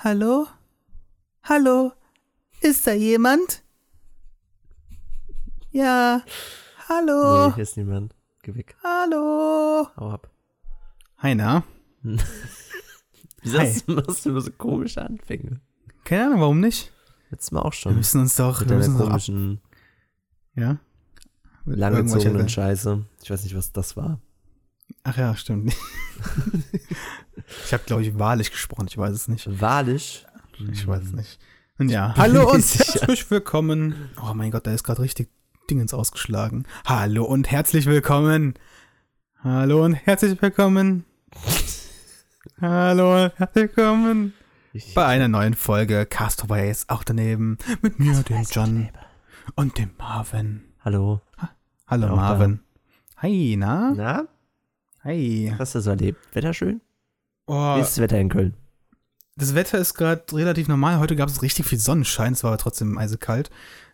Hallo? Hallo? Ist da jemand? Ja. Hallo? Nee, hier ist niemand. Geh weg. Hallo? Hau ab. Hi, na? Wieso Hi. machst du immer so komische Anfänge? Keine Ahnung, warum nicht? Letztes Mal auch Wir schon. müssen uns doch... Mit wir deiner müssen uns doch komischen, ja? langgezogenen Irgendwelche- Scheiße. Ich weiß nicht, was das war. Ach ja, stimmt. Ich habe, glaube ich, wahrlich gesprochen. Ich weiß es nicht. Wahrlich? Ich weiß es nicht. Und ja, bin hallo mir und nicht sicher. herzlich willkommen. Oh mein Gott, da ist gerade richtig Dingens ausgeschlagen. Hallo und herzlich willkommen. Hallo und herzlich willkommen. Hallo und herzlich willkommen. Bei einer neuen Folge Castaways, auch daneben. Mit mir, dem John und dem Marvin. Hallo. Hallo Auch Marvin. Hi, na? Na? Hi. Was hast du so erlebt? Wetter schön? Oh, Wie ist das Wetter in Köln? das Wetter ist gerade relativ normal. Heute gab es richtig viel Sonnenschein. Es war aber trotzdem eisekalt.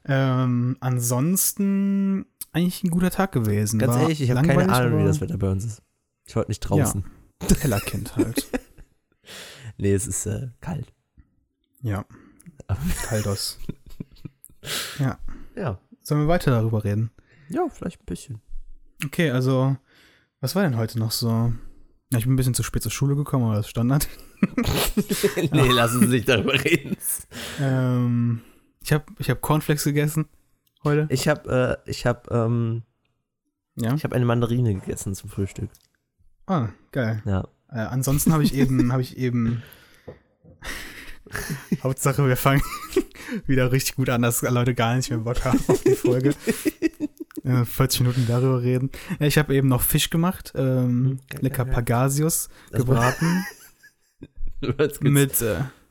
Ansonsten eigentlich ein guter Tag gewesen. Ganz War ehrlich, ich habe keine langweilig, Ahnung, wie aber das Wetter bei uns ist. Ich war heute nicht draußen. Kellerkind halt. Nee, es ist kalt. Ja. Kaldos. Ja. Ja. Sollen wir weiter darüber reden? Ja, vielleicht ein bisschen. Okay, also, was war denn heute noch so? Ja, ich bin ein bisschen zu spät zur Schule gekommen, aber das ist Standard. Nee, lassen Sie sich darüber reden. Ich hab Cornflakes gegessen heute. Ich habe Ja. eine Mandarine gegessen zum Frühstück. Ah, geil. Ja. Ansonsten habe ich eben Hauptsache, wir fangen wieder richtig gut an, dass Leute gar nicht mehr Bock haben auf die Folge. 40 Minuten darüber reden. Ja, ich habe eben noch Fisch gemacht, lecker Pagasius gebraten mit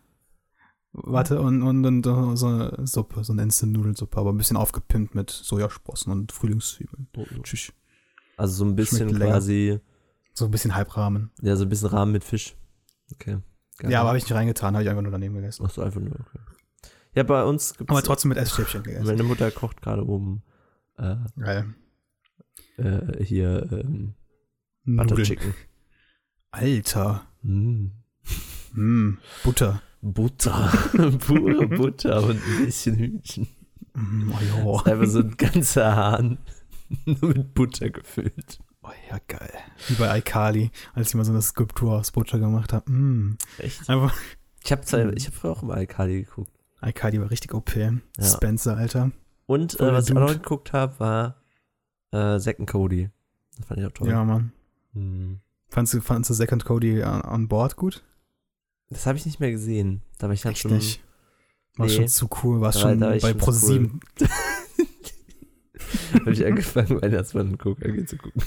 und so eine Suppe, so eine Instant-Nudelsuppe, aber ein bisschen aufgepimpt mit Sojasprossen und Frühlingszwiebeln. Tschüss. Also so ein bisschen Schmeckt lecker. quasi, So ein bisschen Halbrahmen. ja, so ein bisschen Rahmen mit Fisch. Okay. Geil. Ja, aber habe ich nicht reingetan, habe ich einfach nur daneben gegessen. Machst du einfach nur, okay. Ja, bei uns gibt's, Aber trotzdem mit Essstäbchen gegessen. meine Mutter kocht gerade oben Geil. hier Butter Nudeln. Chicken. Alter. Mm. Butter. Butter. Pure Butter und ein bisschen Hühnchen. Oh Das ist einfach so ein ganzer Hahn nur mit Butter gefüllt. Oh ja, geil. Wie bei iCarly, als ich mal so eine Skulptur aus Butter gemacht habe. Echt? Einfach, Ich habe früher auch immer Alkali geguckt. iCarly war richtig OP. Spencer, Alter. Und Voll der was ich auch Dude. noch geguckt habe, war Zack and Cody. Das fand ich auch toll. Ja, Mann. Hm. Fandst du Second Cody on board gut? Das habe ich nicht mehr gesehen. Da war ich dann Echt schon. nicht. War Nee. schon zu cool. Warst Da war- schon da war ich bei schon zu Pro7. Habe ich angefangen, Weihnachtsmann und Cook AG zu gucken.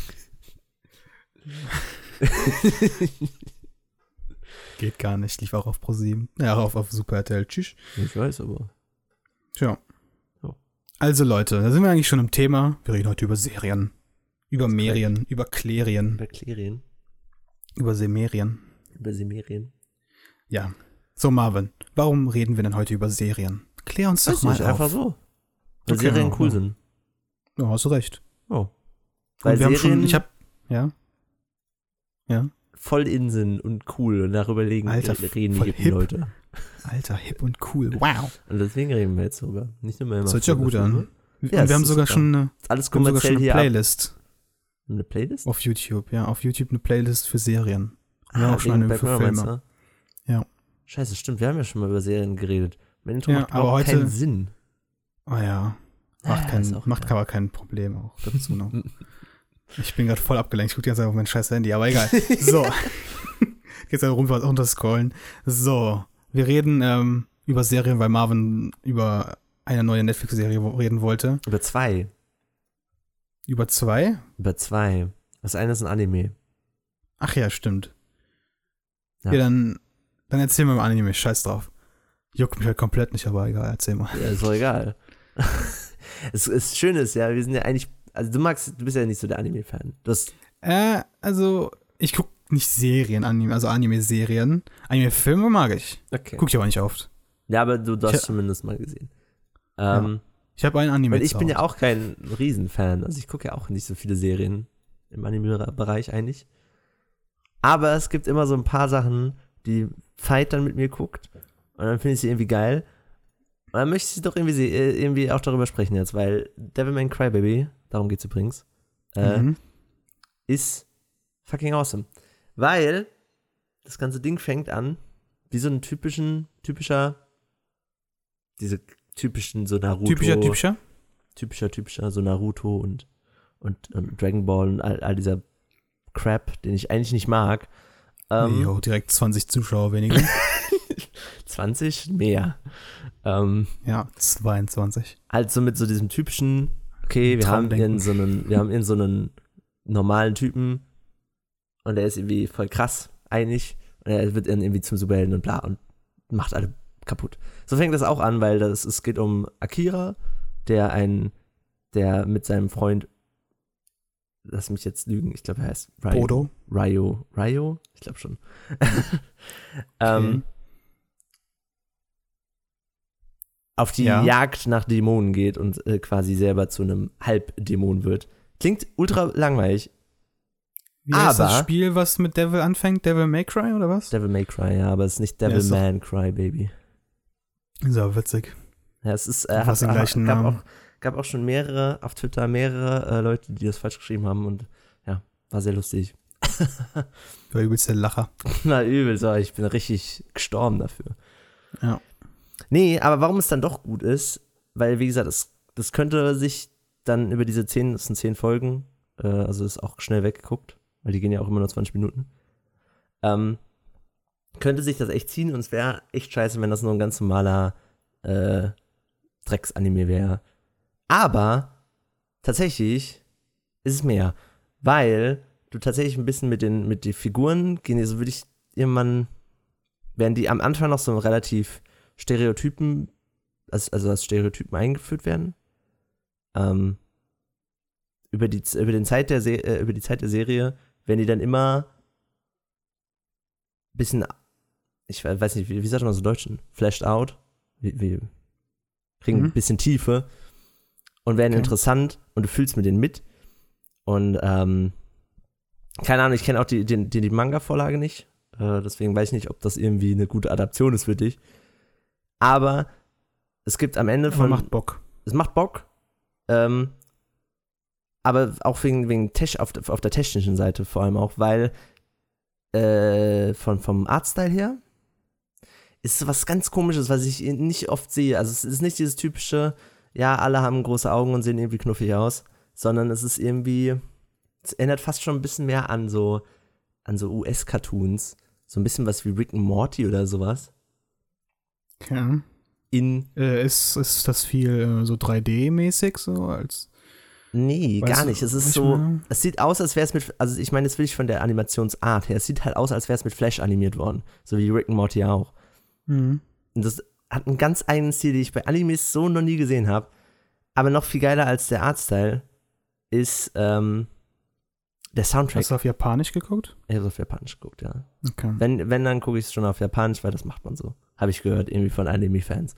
Geht gar nicht. Lief auch auf Pro7. Ja, auf Super RTL. Tschüss. Ich weiß aber. Tja. Ja. Also Leute, da sind wir eigentlich schon im Thema. Wir reden heute über Serien. Über Merien. Über Klerien. Über Klerien. Über Semerien. Über Semerien. Ja. So, Marvin, warum reden wir denn heute über Serien? Klär uns doch Weiß mal nicht, auf. einfach so. Weil Okay, Serien ja, cool ja. sind. Ja, hast du recht. Oh. Und Weil wir haben Serien schon, ja. voll in sind und cool und darüber reden Alter, die voll hippen hip. Leute. Alter, hip und cool. Wow. Und deswegen reden wir jetzt drüber. Nicht nur immer Das hört sich ja gut darüber. an. Und Ja, wir haben ist sogar super. schon eine, Alles wir haben sogar schon kommerziell eine hier ab. Playlist Eine Playlist? auf YouTube. Ja, auf YouTube eine Playlist für Serien. Wir haben auch schon wegen eine Black für Mirror, Filme. meinst du? Ja. Scheiße, stimmt. Wir haben ja schon mal über Serien geredet. Mein Intro Ja, macht aber überhaupt heute- keinen Sinn. Oh ja. ist auch Macht egal. aber kein Problem auch dazu noch. Ich bin gerade voll abgelenkt. Ich gucke die ganze Zeit auf mein scheiß Handy, aber egal. So. Jetzt runterscrollen. So. Wir reden über Serien, weil Marvin über eine neue Netflix-Serie reden wollte. Über zwei. Über 2? Über zwei. Das eine ist ein Anime. Ach ja, stimmt. Ja. Ja, dann erzähl mir mal Anime. Scheiß drauf. Juckt mich halt komplett nicht, aber egal, erzähl mal. Ja, ist doch egal. Es Schöne ist ja, wir sind ja eigentlich, also du bist ja nicht so der Anime-Fan. Du hast, Also, ich guck nicht Serien, also Anime-Serien. Anime-Filme mag ich. okay. Guck ich aber nicht oft. Ja, aber du hast Ich- zumindest mal gesehen. Ich habe einen Anime. Weil ich zu bin ja Hause. auch kein Riesenfan. Also ich gucke ja auch nicht so viele Serien im Anime-Bereich eigentlich. Aber es gibt immer so ein paar Sachen, die Veit dann mit mir guckt. und dann finde ich sie irgendwie geil. Und dann möchte ich doch irgendwie auch darüber sprechen jetzt, weil Devilman Crybaby, darum geht's übrigens, ist fucking awesome. Weil das ganze Ding fängt an wie so ein typischer, diese typischen so Naruto. Typischer, so Naruto und Dragon Ball und all dieser Crap, den ich eigentlich nicht mag. Direkt 20 Zuschauer weniger. 20? Mehr. Ja, 22. Also mit so diesem typischen, okay, wir haben so einen normalen Typen und der ist irgendwie voll krass, eigentlich. Und er wird dann irgendwie zum Superhelden und bla und macht alle kaputt. So fängt das auch an, weil es geht um Akira, der mit seinem Freund, lass mich jetzt lügen, ich glaube, er heißt Ryo? Ich glaube schon. Okay. Auf die Jagd nach Dämonen geht und quasi selber zu einem Halbdämon wird. Klingt ultra langweilig. Wie heißt das Spiel, was mit Devil anfängt? Devil May Cry oder was? Devil May Cry, ja, aber es ist nicht Devilman Crybaby. Ist aber witzig. Ja, es ist, gab auch schon auf Twitter mehrere Leute, die das falsch geschrieben haben und ja, war sehr lustig. War übelst der Lacher. Na, übel, so, ich bin richtig gestorben dafür. Ja. Nee, aber warum es dann doch gut ist, weil, wie gesagt, das könnte sich dann über diese 10 Folgen, also ist auch schnell weggeguckt, weil die gehen ja auch immer nur 20 Minuten, könnte sich das echt ziehen und es wäre echt scheiße, wenn das nur ein ganz normaler Drecksanime wäre. Aber tatsächlich ist es mehr, weil du tatsächlich ein bisschen mit den Figuren gehen, also würde ich irgendwann, werden die am Anfang noch so relativ Stereotypen, also als Stereotypen eingeführt werden. Über die Zeit der Serie werden die dann immer ein bisschen, ich weiß nicht, wie sagt man das im Deutschen? Flashed out? Kriegen ein bisschen Tiefe und werden interessant und du fühlst mit denen mit. Und keine Ahnung, ich kenne auch die Manga-Vorlage nicht. Deswegen weiß ich nicht, ob das irgendwie eine gute Adaption ist für dich. Aber es gibt am Ende von. Macht Bock. Es macht Bock. Aber auch wegen auf der technischen Seite vor allem auch, weil vom Artstyle her ist so was ganz Komisches, was ich nicht oft sehe. Also es ist nicht dieses typische, ja, alle haben große Augen und sehen irgendwie knuffig aus, sondern es ist irgendwie, es erinnert fast schon ein bisschen mehr an so US-Cartoons. So ein bisschen was wie Rick and Morty oder sowas. Okay. Ist das viel so 3D-mäßig so als? Nee, gar nicht. Es ist so, es sieht aus, als wäre es also ich meine, das will ich von der Animationsart her, es sieht halt aus, als wäre es mit Flash animiert worden. So wie Rick and Morty auch. Mhm. Und das hat einen ganz eigenen Stil, den ich bei Animes so noch nie gesehen habe. Aber noch viel geiler als der Artstyle ist der Soundtrack. Hast du auf Japanisch geguckt? Ich habe auf Japanisch geguckt, ja. Okay. Wenn dann gucke ich es schon auf Japanisch, weil das macht man so. Habe ich gehört, irgendwie von Anime-Fans.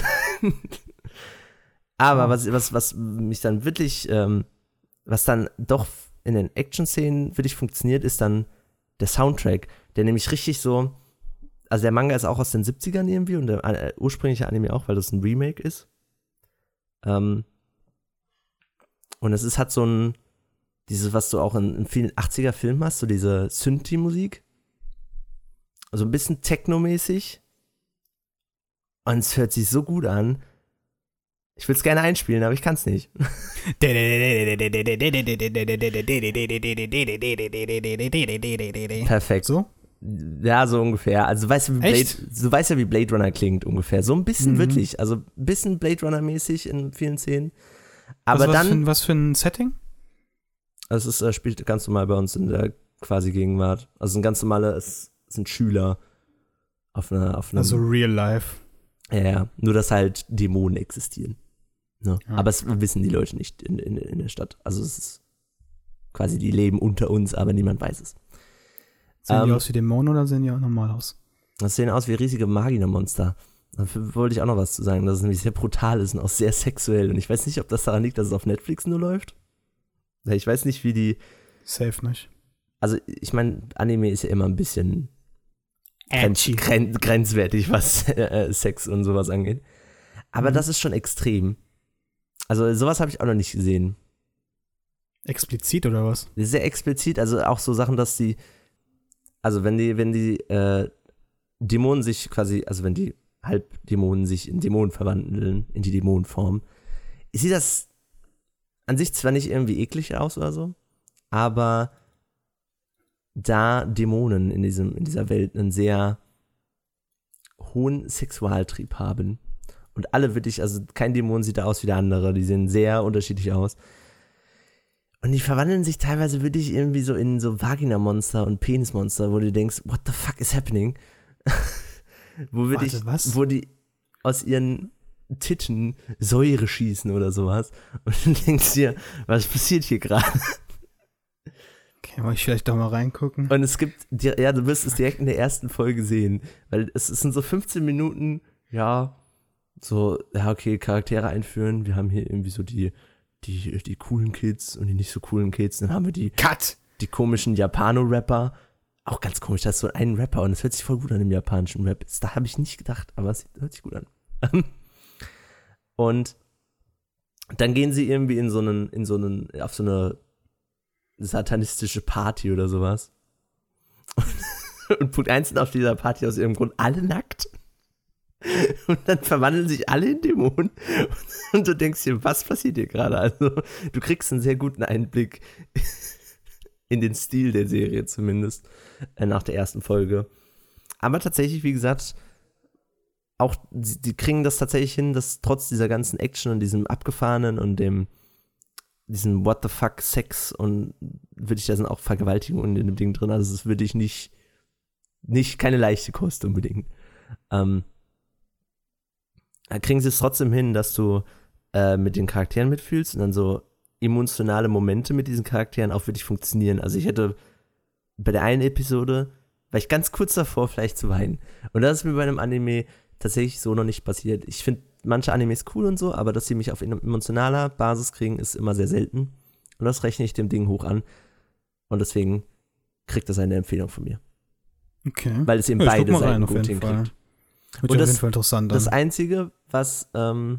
Aber was mich dann wirklich, was dann doch in den Action-Szenen wirklich funktioniert, ist dann der Soundtrack, der nämlich richtig so, also der Manga ist auch aus den 70ern irgendwie und der ursprüngliche Anime auch, weil das ein Remake ist. Und es hat so ein, dieses, was du auch in vielen 80er-Filmen hast, so diese Synthi-Musik. Also ein bisschen Techno-mäßig. Und es hört sich so gut an. Ich will es gerne einspielen, aber ich kann es nicht. Perfekt. So? Ja, so ungefähr. Also du weißt ja, wie Blade Runner klingt ungefähr. So ein bisschen wirklich. Also ein bisschen Blade Runner-mäßig in vielen Szenen. Aber was für ein Setting? Also es spielt ganz normal bei uns in der quasi Gegenwart. Also ein ganz normaler, es sind Schüler auf einer also real life. Ja, nur dass halt Dämonen existieren. Ne? Ja. Aber das wissen die Leute nicht in der Stadt. Also es ist quasi, die leben unter uns, aber niemand weiß es. Sehen die aus wie Dämonen oder sehen die auch normal aus? Das sehen aus wie riesige Magina-Monster. Dafür wollte ich auch noch was zu sagen, dass es nämlich sehr brutal ist und auch sehr sexuell. Und ich weiß nicht, ob das daran liegt, dass es auf Netflix nur läuft. Ich weiß nicht, wie die. Safe nicht. Also, ich meine, Anime ist ja immer ein bisschen grenzwertig, was Sex und sowas angeht. Aber das ist schon extrem. Also sowas habe ich auch noch nicht gesehen. Explizit oder was? Sehr explizit, also auch so Sachen, dass also wenn die Dämonen sich quasi, also wenn die Halbdämonen sich in Dämonen verwandeln, in die Dämonenform, sieht das an sich zwar nicht irgendwie eklig aus oder so, aber da Dämonen in dieser Welt einen sehr hohen Sexualtrieb haben und alle wirklich, also kein Dämon sieht da aus wie der andere, die sehen sehr unterschiedlich aus. Und die verwandeln sich teilweise wirklich irgendwie so in so Vagina-Monster und Penismonster, wo du denkst, what the fuck is happening? Wo die aus ihren Titten Säure schießen oder sowas. Und du denkst dir, was passiert hier gerade? Okay, muss ich vielleicht doch mal reingucken. Und es gibt, ja, du wirst es direkt in der ersten Folge sehen, weil es sind so 15 Minuten, okay, Charaktere einführen, wir haben hier irgendwie so die coolen Kids und die nicht so coolen Kids, dann haben wir die komischen Japano-Rapper, auch ganz komisch, da ist so ein Rapper und es hört sich voll gut an im japanischen Rap, da habe ich nicht gedacht, aber es hört sich gut an. Und dann gehen sie irgendwie auf so eine satanistische Party oder sowas. Und Punkt 1 sind auf dieser Party aus irgendeinem Grund alle nackt. Und dann verwandeln sich alle in Dämonen. Und du denkst dir, was passiert hier gerade? Also, du kriegst einen sehr guten Einblick in den Stil der Serie zumindest, nach der ersten Folge. Aber tatsächlich, wie gesagt, auch die kriegen das tatsächlich hin, dass trotz dieser ganzen Action und diesem Abgefahrenen und diesem What the fuck Sex und da sind auch Vergewaltigungen in dem Ding drin, also es ist wirklich nicht keine leichte Kost unbedingt. Da kriegen sie es trotzdem hin, dass du mit den Charakteren mitfühlst und dann so emotionale Momente mit diesen Charakteren auch wirklich funktionieren. Also ich hätte bei der einen Episode, war ich ganz kurz davor, vielleicht zu weinen. Und das ist mir bei einem Anime tatsächlich so noch nicht passiert. Ich finde manche Animes cool und so, aber dass sie mich auf emotionaler Basis kriegen, ist immer sehr selten. Und das rechne ich dem Ding hoch an. Und deswegen kriegt das eine Empfehlung von mir. Okay. Weil es eben beide Seiten gut hinkriegt. Wird auf jeden Fall interessant. Das Einzige, was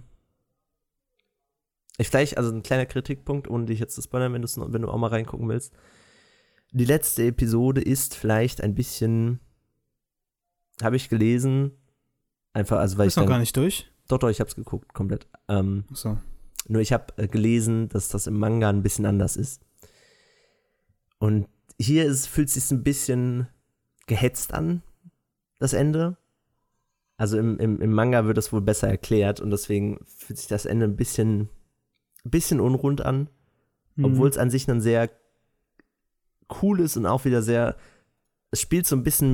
also ein kleiner Kritikpunkt, ohne dich jetzt zu spoilern, wenn du auch mal reingucken willst. Die letzte Episode ist vielleicht ein bisschen, habe ich gelesen, einfach, also weil ist noch gar nicht durch? Doch, ich hab's geguckt, komplett. So. Nur ich habe gelesen, dass das im Manga ein bisschen anders ist. Und hier fühlt es sich ein bisschen gehetzt an, das Ende. Also im Manga wird das wohl besser erklärt und deswegen fühlt sich das Ende ein bisschen unrund an. Obwohl es an sich dann sehr cool ist und auch wieder es spielt so ein bisschen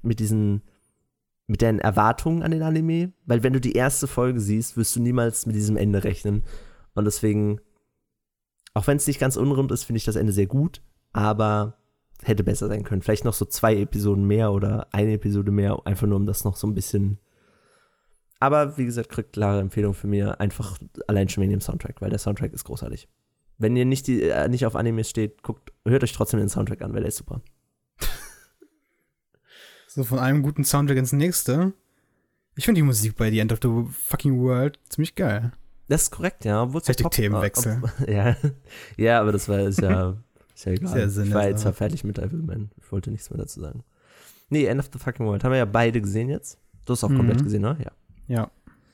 mit deinen Erwartungen an den Anime, weil wenn du die erste Folge siehst, wirst du niemals mit diesem Ende rechnen. Und deswegen, auch wenn es nicht ganz unrund ist, finde ich das Ende sehr gut, aber hätte besser sein können. Vielleicht noch so 2 Episoden mehr oder eine Episode mehr, einfach nur um das noch so ein bisschen. Aber wie gesagt, kriegt klare Empfehlung für mir, einfach allein schon wegen dem Soundtrack, weil der Soundtrack ist großartig. Wenn ihr nicht auf Animes steht, hört euch trotzdem den Soundtrack an, weil der ist super. So, von einem guten Soundtrack ins nächste. Ich finde die Musik bei The End of the Fucking World ziemlich geil. Das ist korrekt, ja. Richtig Themenwechsel. Ja, aber ist ja egal. Sehr ich war jetzt zwar fertig mit Devilman. Ich wollte nichts mehr dazu sagen. Nee, End of the Fucking World. Haben wir ja beide gesehen jetzt. Du hast auch komplett gesehen, oder? Ja.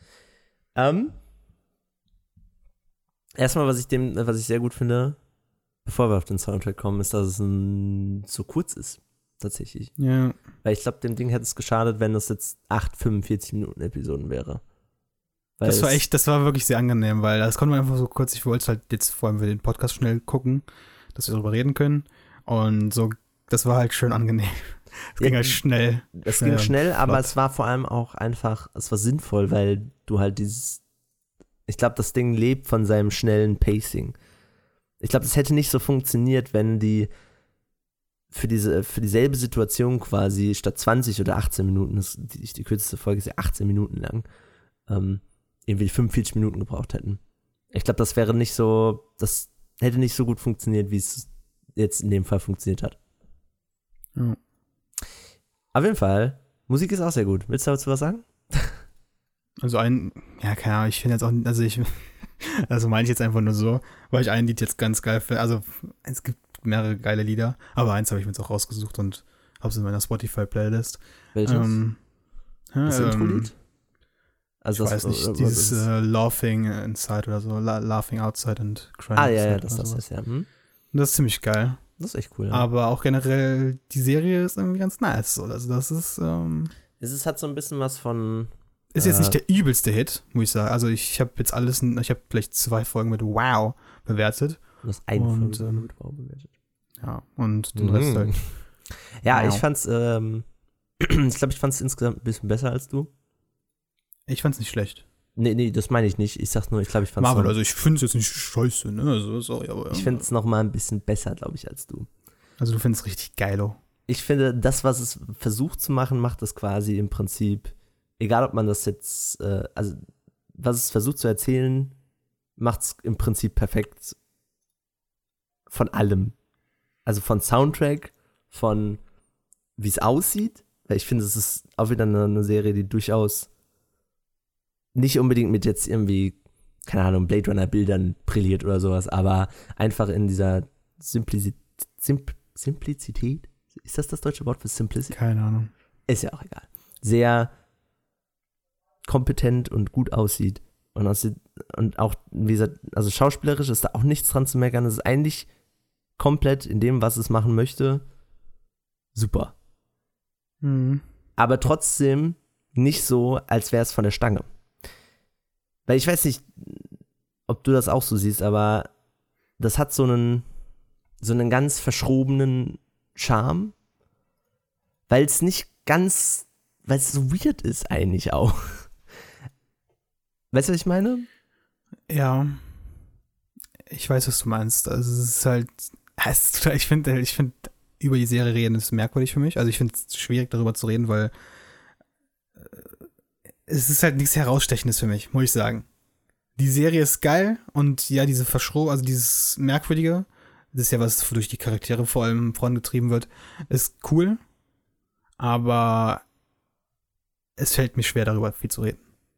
Erstmal, was ich sehr gut finde, bevor wir auf den Soundtrack kommen, ist, dass es so kurz ist. Tatsächlich. Ja. Weil ich glaube, dem Ding hätte es geschadet, wenn das jetzt 8 45-Minuten-Episoden wäre. Das war wirklich sehr angenehm, weil das konnte man einfach so kurz, ich wollte es halt jetzt vor allem für den Podcast schnell gucken, dass wir darüber reden können. Und so, das war halt schön angenehm. Es ging halt schnell. Es ging schnell, aber es war vor allem auch einfach, es war sinnvoll, weil du halt ich glaube, das Ding lebt von seinem schnellen Pacing. Ich glaube, das hätte nicht so funktioniert, wenn die für dieselbe Situation quasi statt 20 oder 18 Minuten, die kürzeste Folge ist ja 18 Minuten lang, irgendwie 45 Minuten gebraucht hätten. Ich glaube, das hätte nicht so gut funktioniert, wie es jetzt in dem Fall funktioniert hat. Ja. Auf jeden Fall Musik ist auch sehr gut. Willst du dazu was sagen? Also keine Ahnung, ich finde jetzt auch, also meine ich jetzt einfach nur so, weil ich ein Lied jetzt ganz geil finde. Also es gibt mehrere geile Lieder, aber eins habe ich mir jetzt auch rausgesucht und habe es in meiner Spotify-Playlist. Welches? Das Intro-Lied? Also ich weiß nicht, dieses Laughing Inside oder so, Laughing Outside and Crying Inside. Das ist ja. Das ist ziemlich geil. Das ist echt cool. Ja. Aber auch generell, die Serie ist irgendwie ganz nice. Also das ist es hat so ein bisschen was von... Ist jetzt nicht der übelste Hit, muss ich sagen. Also ich habe jetzt ich habe vielleicht 2 Folgen mit Wow bewertet. Du hast eine Folge mit Wow bewertet. Ja, und den Rest halt. Ja, wow. Ich fand's, ich fand's insgesamt ein bisschen besser als du. Ich fand's nicht schlecht. Nee, das meine ich nicht. Ich sag's nur, ich glaube, ich fand's Marvel, also ich find's jetzt nicht scheiße, ne? Also, sorry, aber ich find's noch mal ein bisschen besser, glaube ich, als du. Also du findest richtig geilo. Ich finde, das, was es versucht zu machen, macht es quasi im Prinzip, egal ob man das jetzt, also was es versucht zu erzählen, macht's im Prinzip perfekt von allem. Also von Soundtrack, von wie es aussieht, weil ich finde, es ist auch wieder eine Serie, die durchaus nicht unbedingt mit jetzt irgendwie, keine Ahnung, Blade Runner Bildern brilliert oder sowas, aber einfach in dieser Simplizität. Ist das deutsche Wort für Simplicity? Keine Ahnung. Ist ja auch egal. Sehr kompetent und gut aussieht. Und auch, wie gesagt, also schauspielerisch ist da auch nichts dran zu meckern. Es ist eigentlich komplett in dem, was es machen möchte, super. Mhm. Aber trotzdem nicht so, als wäre es von der Stange. Weil ich weiß nicht, ob du das auch so siehst, aber das hat so einen ganz verschrobenen Charme, weil es so weird ist eigentlich auch. Weißt du, was ich meine? Ja. Ich weiß, was du meinst. Also es ist halt, ich finde, über die Serie reden ist merkwürdig für mich. Also ich finde es schwierig, darüber zu reden, weil es ist halt nichts Herausstechendes für mich, muss ich sagen. Die Serie ist geil und ja, also dieses Merkwürdige, das ist ja was durch die Charaktere vor allem vorangetrieben wird, ist cool, aber es fällt mir schwer, darüber viel zu reden.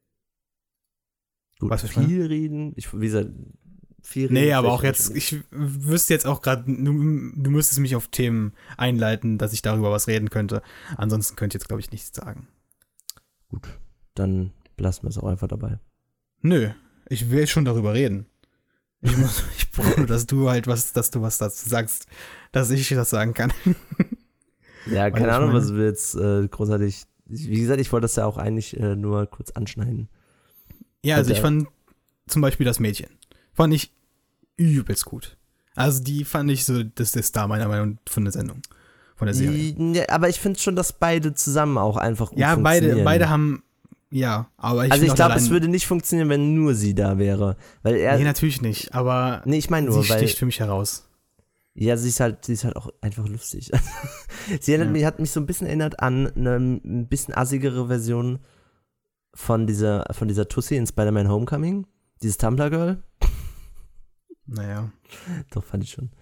Gut, viel reden, viel reden. Nee, aber auch jetzt, ich wüsste jetzt auch gerade, du müsstest mich auf Themen einleiten, dass ich darüber was reden könnte. Ansonsten könnte ich jetzt, glaube ich, nichts sagen. Gut, dann lassen wir es auch einfach dabei. Nö, ich will schon darüber reden. Ich brauche nur, dass du was dazu sagst, dass ich das sagen kann. Ja, keine Ahnung, was wir jetzt großartig, wie gesagt, ich wollte das ja auch eigentlich nur kurz anschneiden. Ja, also ich fand zum Beispiel das Mädchen, fand ich übelst gut. Also die fand ich so, das ist da meiner Meinung nach von der Sendung, von der Serie. Ja, aber ich finde schon, dass beide zusammen auch einfach gut funktionieren. Ja, beide haben, ja, aber ich glaube, es würde nicht funktionieren, wenn nur sie da wäre. Weil nee, natürlich nicht, aber ich meine nur, sie sticht für mich heraus. Ja, sie ist halt auch einfach lustig. Sie hat mich so ein bisschen erinnert an eine ein bisschen assigere Version von dieser Tussi in Spider-Man Homecoming, dieses Tumblr-Girl. Naja. Doch, fand ich schon.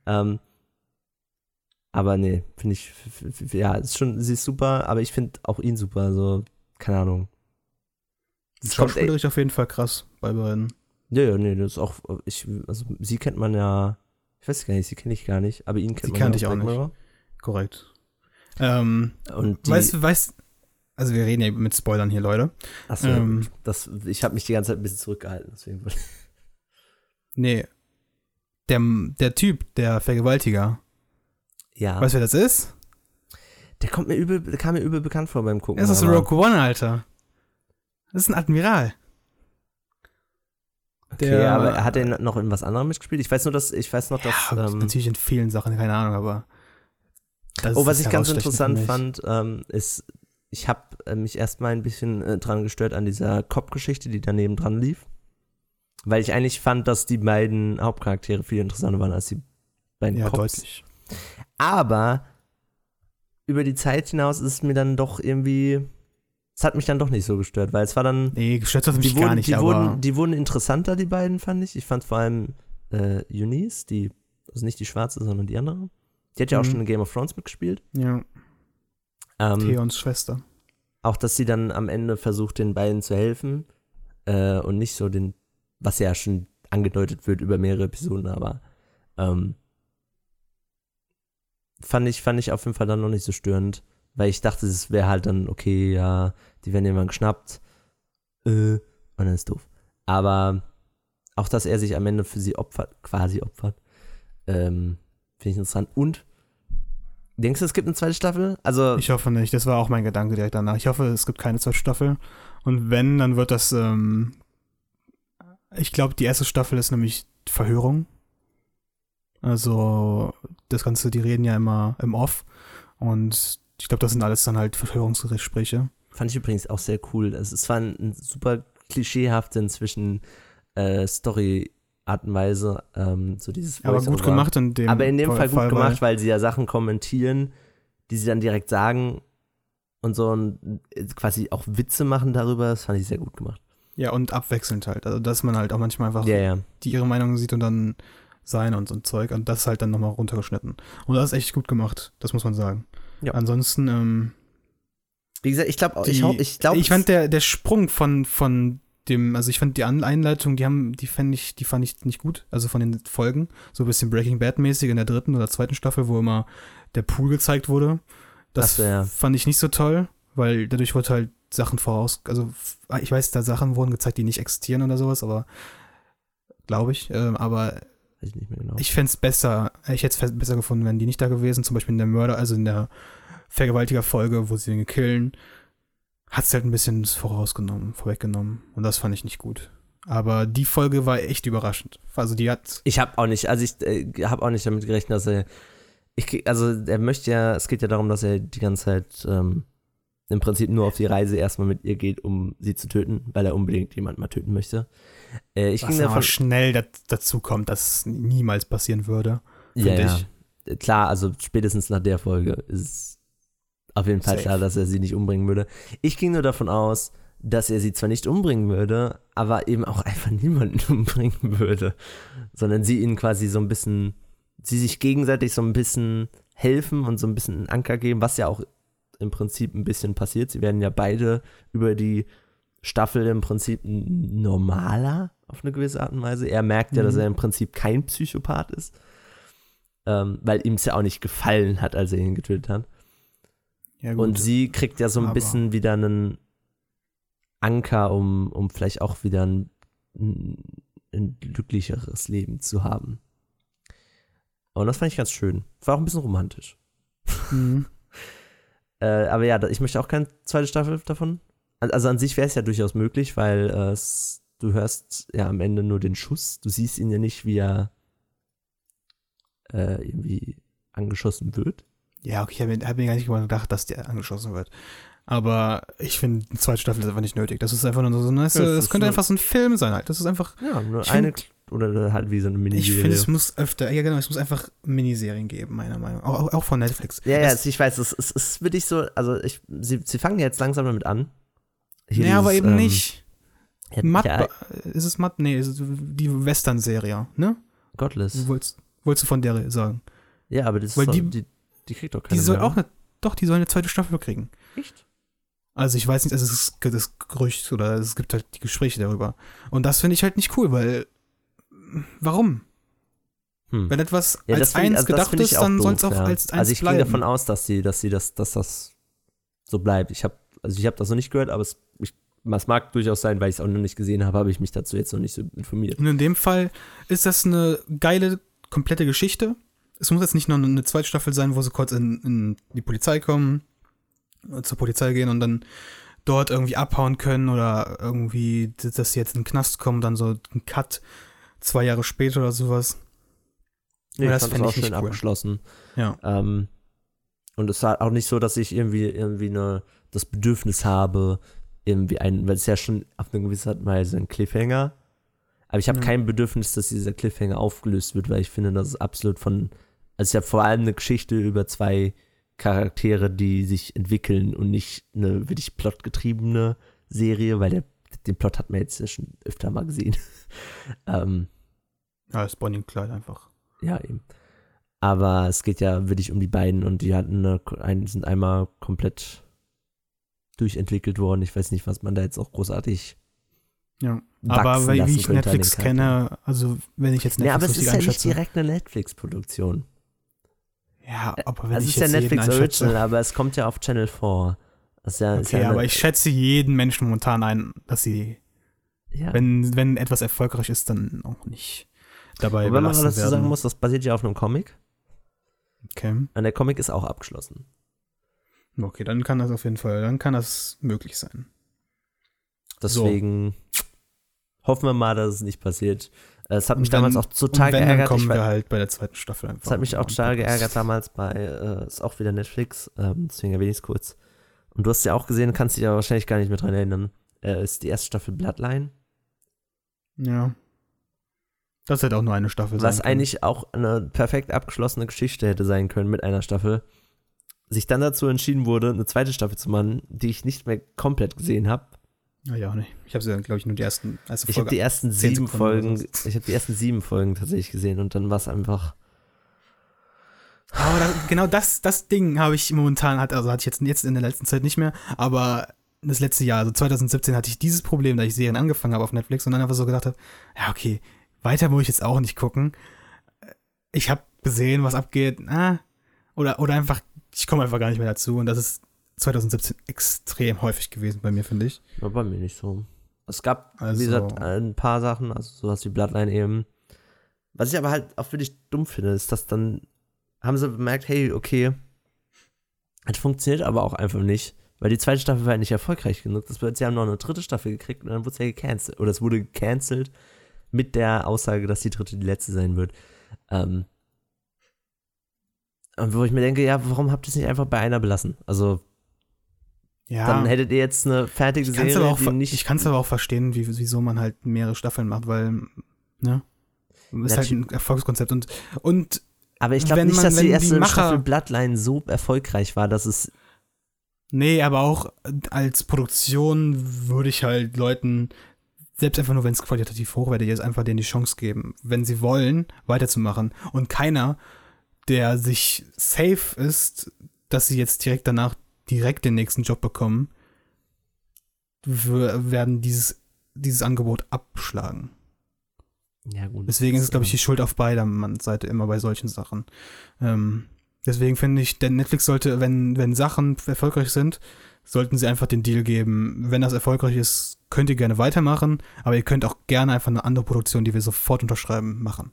Aber nee, finde ich, ja, sie ist super, aber ich finde auch ihn super, also, keine Ahnung. Schauspielerisch auf jeden Fall krass bei beiden. Ja, nee, das ist auch, also sie kennt man ja, ich weiß gar nicht, sie kenne ich gar nicht, aber ihn kennt man ja. Sie kannte ich auch nicht. Korrekt. Und weißt also wir reden ja mit Spoilern hier, Leute. Achso, ich habe mich die ganze Zeit ein bisschen zurückgehalten, deswegen. Nee. Der Typ, der Vergewaltiger. Ja. Weißt du, wer das ist? Der kam mir übel bekannt vor beim Gucken. Das ist Rogue One, Alter. Das ist ein Admiral. Okay, aber hat er noch in was anderem mitgespielt? Ich weiß noch, dass natürlich in vielen Sachen, keine Ahnung, aber was ich ganz interessant fand, ist, ich habe mich erstmal ein bisschen dran gestört an dieser Cop-Geschichte, die daneben dran lief. Weil ich eigentlich fand, dass die beiden Hauptcharaktere viel interessanter waren als die beiden Cops. Deutlich. Aber über die Zeit hinaus ist es mir dann doch irgendwie, es hat mich dann doch nicht so gestört, weil es war dann... Nee, gestört hat mich gar nicht, die wurden interessanter, die beiden, fand ich. Ich fand vor allem Eunice, also nicht die schwarze, sondern die andere. Die hat ja auch schon in Game of Thrones mitgespielt. Ja. Theons Schwester. auch, dass sie dann am Ende versucht, den beiden zu helfen und nicht so was ja schon angedeutet wird über mehrere Episoden, aber fand ich auf jeden Fall dann noch nicht so störend, weil ich dachte, es wäre halt dann, okay, ja, die werden irgendwann geschnappt und dann ist doof. Aber auch, dass er sich am Ende für sie quasi opfert, finde ich interessant. Und denkst du, es gibt eine zweite Staffel? Also ich hoffe nicht, das war auch mein Gedanke direkt danach. Ich hoffe, es gibt keine zweite Staffel. Und wenn, dann wird das, ich glaube, die erste Staffel ist nämlich Verhörung. Also das Ganze, die reden ja immer im Off. Und ich glaube, das sind alles dann halt Verhörungsgespräche. Fand ich übrigens auch sehr cool. Es ist zwar ein super klischeehafte inzwischen Story-Art und Weise, so dieses aber gut gemacht in dem Aber in dem Fall gut gemacht, weil sie ja Sachen kommentieren, die sie dann direkt sagen und so und quasi auch Witze machen darüber. Das fand ich sehr gut gemacht. Ja, und abwechselnd halt. Also, dass man halt auch manchmal einfach die ihre Meinung sieht und dann seine und so ein Zeug. Und das ist halt dann nochmal runtergeschnitten. Und das ist echt gut gemacht, das muss man sagen. Ja. Ansonsten, wie gesagt, ich glaube, ich fand der Sprung von dem, also ich fand die Einleitung, die fand ich nicht gut, also von den Folgen, so ein bisschen Breaking Bad mäßig in der 3. oder 2. Staffel, wo immer der Pool gezeigt wurde. Das fand ich nicht so toll, weil dadurch wurde halt Sachen also ich weiß, da Sachen wurden gezeigt, die nicht existieren oder sowas, aber glaube ich, aber weiß ich nicht mehr genau. Ich hätte es besser gefunden, wären die nicht da gewesen, zum Beispiel in der also in der Vergewaltiger-Folge, wo sie den killen, hat es halt ein bisschen vorweggenommen. Und das fand ich nicht gut. Aber die Folge war echt überraschend. Also die hat... Ich habe auch nicht damit gerechnet, dass er möchte ja, es geht ja darum, dass er die ganze Zeit im Prinzip nur auf die Reise erstmal mit ihr geht, um sie zu töten, weil er unbedingt jemanden mal töten möchte. Was aber schnell dazu kommt, dass es niemals passieren würde. Ja. Klar, also spätestens nach der Folge ist es auf jeden Fall klar, dass er sie nicht umbringen würde. Ich ging nur davon aus, dass er sie zwar nicht umbringen würde, aber eben auch einfach niemanden umbringen würde, sondern sie ihnen quasi so ein bisschen, sie sich gegenseitig so ein bisschen helfen und so ein bisschen einen Anker geben, was ja auch im Prinzip ein bisschen passiert. Sie werden ja beide über die Staffel im Prinzip normaler auf eine gewisse Art und Weise. Er merkt ja, dass er im Prinzip kein Psychopath ist, weil ihm es ja auch nicht gefallen hat, als er ihn getötet hat. Ja, gut, und sie kriegt ja so ein bisschen wieder einen Anker, um vielleicht auch wieder ein glücklicheres Leben zu haben. Und das fand ich ganz schön. War auch ein bisschen romantisch. Mhm. Aber ja, ich möchte auch keine zweite Staffel davon. Also an sich wäre es ja durchaus möglich, weil du hörst ja am Ende nur den Schuss. Du siehst ihn ja nicht, wie er irgendwie angeschossen wird. Ja, okay, ich habe mir gar nicht gedacht, dass der angeschossen wird. Aber ich finde, eine zweite Staffel ist einfach nicht nötig. Das ist einfach nur so, das könnte einfach so ein Film sein halt. Das ist einfach... Ja, nur oder halt wie so eine Miniserie. Ich finde, es muss es muss einfach Miniserien geben, meiner Meinung nach. Auch von Netflix. Ja, ich weiß, es ist wirklich so, also sie fangen jetzt langsam damit an. Ja, aber eben nicht. Ist es Matt? Nee, ist es die Western-Serie, ne? Godless. Wolltest du von der sagen? Ja, aber das ist doch, die kriegt doch keine Die soll mehr. auch die soll eine zweite Staffel kriegen. Echt? Also ich weiß nicht, es ist das Gerücht oder es gibt halt die Gespräche darüber. Und das finde ich halt nicht cool, weil warum? Wenn etwas als eins gedacht ist, dann soll es auch als eins bleiben. Also ich gehe davon aus, dass das so bleibt. Ich habe das noch nicht gehört, aber es mag durchaus sein, weil ich es auch noch nicht gesehen habe, habe ich mich dazu jetzt noch nicht so informiert. Und in dem Fall ist das eine geile, komplette Geschichte. Es muss jetzt nicht nur eine zweite Staffel sein, wo sie kurz in die Polizei kommen, zur Polizei gehen und dann dort irgendwie abhauen können oder irgendwie, dass sie jetzt in den Knast kommen, dann so ein Cut 2 Jahre später oder sowas. Nee, das fand ich auch schön abgeschlossen. Ja. Und es war auch nicht so, dass ich irgendwie das Bedürfnis habe, weil es ja schon auf eine gewisse Art und Weise ein Cliffhanger. Aber ich habe kein Bedürfnis, dass dieser Cliffhanger aufgelöst wird, weil ich finde, das ist absolut also ich habe vor allem eine Geschichte über 2 Charaktere, die sich entwickeln und nicht eine wirklich plotgetriebene Serie, weil den Plot hat man jetzt ja schon öfter mal gesehen. Ja, ist Bonnie und Clyde einfach. Ja, eben. Aber es geht ja wirklich um die beiden und die sind einmal komplett durchentwickelt worden. Ich weiß nicht, was man da jetzt auch großartig ja. Aber wie ich Netflix kenne, also wenn ich jetzt Netflix aber es ist ja nicht direkt eine Netflix-Produktion. Ja, aber wenn also ich jetzt es ist ja Netflix Original, aber es kommt ja auf Channel 4. Okay, aber ich schätze jeden Menschen momentan ein, dass sie, wenn etwas erfolgreich ist, dann auch nicht dabei belassen werden. Wenn man dazu sagen muss, das basiert ja auf einem Comic. Okay. Und der Comic ist auch abgeschlossen. Okay, dann kann das auf jeden Fall, dann kann das möglich sein. Deswegen hoffen wir mal, dass es nicht passiert. Es hat mich damals auch total geärgert. Dann kommen wir halt bei der zweiten Staffel einfach. Es hat mich auch total geärgert damals bei, ist auch wieder Netflix, deswegen erwähne ich es kurz. Und du hast ja auch gesehen, kannst dich ja wahrscheinlich gar nicht mehr dran erinnern. Ist die erste Staffel Bloodline. Ja. Das hätte auch nur eine Staffel sein können. Was eigentlich auch eine perfekt abgeschlossene Geschichte hätte sein können mit einer Staffel. Sich dann dazu entschieden wurde, eine zweite Staffel zu machen, die ich nicht mehr komplett gesehen habe. Ja, auch nicht. Ich habe glaube ich, nur die erste Folge. Ich habe die ersten 7 Folgen, tatsächlich gesehen und dann war es einfach. Aber genau das Ding habe ich momentan, hatte ich jetzt in der letzten Zeit nicht mehr, aber das letzte Jahr, also 2017, hatte ich dieses Problem, da ich Serien angefangen habe auf Netflix und dann einfach so gedacht habe, ja okay, weiter muss ich jetzt auch nicht gucken. Ich habe gesehen, was abgeht, oder einfach, ich komme einfach gar nicht mehr dazu und das ist 2017 extrem häufig gewesen bei mir, finde ich. War bei mir nicht so. Es gab, wie gesagt, ein paar Sachen, also sowas wie Bloodline eben. Was ich aber halt auch wirklich dumm finde, ist, dass dann haben sie bemerkt, hey, okay, es funktioniert aber auch einfach nicht, weil die zweite Staffel war halt nicht erfolgreich genug. Sie haben noch eine dritte Staffel gekriegt und dann wurde es ja gecancelt. Oder es wurde gecancelt mit der Aussage, dass die dritte die letzte sein wird. Und wo ich mir denke, ja, warum habt ihr es nicht einfach bei einer belassen? Also ja, dann hättet ihr jetzt eine fertige Serie, die nicht... Ich kann es aber auch verstehen, wieso man halt mehrere Staffeln macht, weil, ne? Das ist halt ein Erfolgskonzept und aber ich glaube nicht, dass die erste Staffel Bloodline so erfolgreich war, dass es... Nee, aber auch als Produktion würde ich halt Leuten, selbst einfach nur, wenn es qualitativ hochwertig ist, einfach denen die Chance geben, wenn sie wollen, weiterzumachen. Und keiner, der sich safe ist, dass sie jetzt direkt danach den nächsten Job bekommen, werden dieses Angebot abschlagen. Ja, gut. Deswegen ist es, glaube ich, die Schuld auf beider Seite immer bei solchen Sachen. Deswegen finde ich, denn Netflix sollte, wenn Sachen erfolgreich sind, sollten sie einfach den Deal geben. Wenn das erfolgreich ist, könnt ihr gerne weitermachen, aber ihr könnt auch gerne einfach eine andere Produktion, die wir sofort unterschreiben, machen.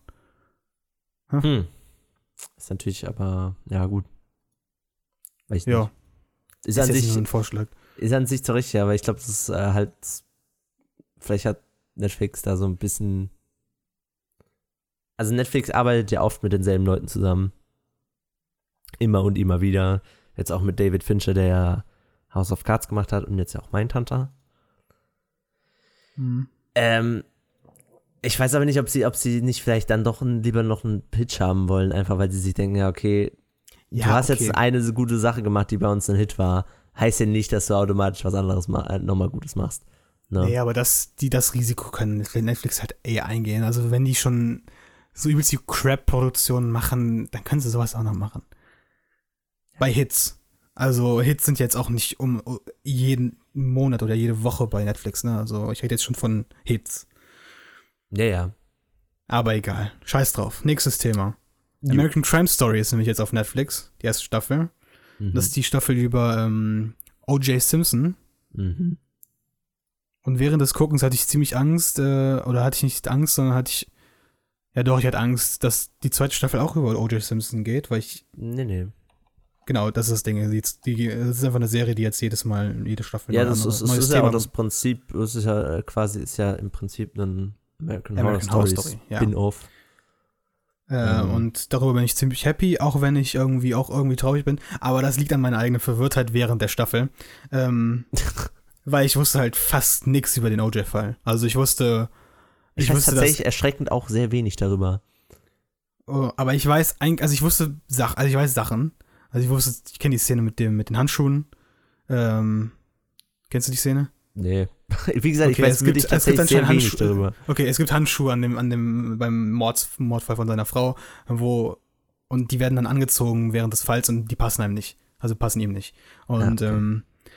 Ist natürlich aber, ja gut. Weiß nicht. Ja. Ist an sich nur ein Vorschlag. Ist an sich so richtig, aber ich glaube, das ist halt, vielleicht hat Netflix da so ein bisschen, also Netflix arbeitet ja oft mit denselben Leuten zusammen. Immer und immer wieder. Jetzt auch mit David Fincher, der ja House of Cards gemacht hat und jetzt ja auch Mindhunter. Ich weiß aber nicht, ob sie nicht vielleicht dann doch lieber noch einen Pitch haben wollen, einfach weil sie sich denken, ja, okay, du hast jetzt eine so gute Sache gemacht, die bei uns ein Hit war. Heißt ja nicht, dass du automatisch was anderes nochmal Gutes machst. No. Nee, aber das Risiko können Netflix halt eingehen. Also wenn die schon so übelst die Crap-Produktionen machen, dann können sie sowas auch noch machen. Bei Hits. Also Hits sind jetzt auch nicht um jeden Monat oder jede Woche bei Netflix, ne? Also ich rede jetzt schon von Hits. Ja. Aber egal. Scheiß drauf. Nächstes Thema. American Crime Story ist nämlich jetzt auf Netflix, die erste Staffel. Das ist die Staffel über O.J. Simpson. Und während des Guckens hatte ich ziemlich Angst, oder hatte ich nicht Angst, sondern ich hatte Angst, dass die zweite Staffel auch über O.J. Simpson geht, weil ich... Nee. Genau, das ist das Ding. Das ist einfach eine Serie, die jetzt jede Staffel... Ja, das ist ja auch das Prinzip, es ist ja quasi, im Prinzip ein American Horror Story Spin-Off. Und darüber bin ich ziemlich happy, auch wenn ich irgendwie traurig bin. Aber das liegt an meiner eigenen Verwirrtheit während der Staffel. Weil ich wusste halt fast nichts über den O.J.-Fall. Also ich wusste tatsächlich erschreckend auch sehr wenig darüber. Aber ich weiß ich wusste Sachen. Also ich kenne die Szene mit den Handschuhen. Kennst du die Szene? Nee. Wie gesagt, ich weiß wirklich tatsächlich sehr wenig darüber. Okay, es gibt Handschuhe beim Mordfall von seiner Frau, und die werden dann angezogen während des Falls und die passen ihm nicht. Und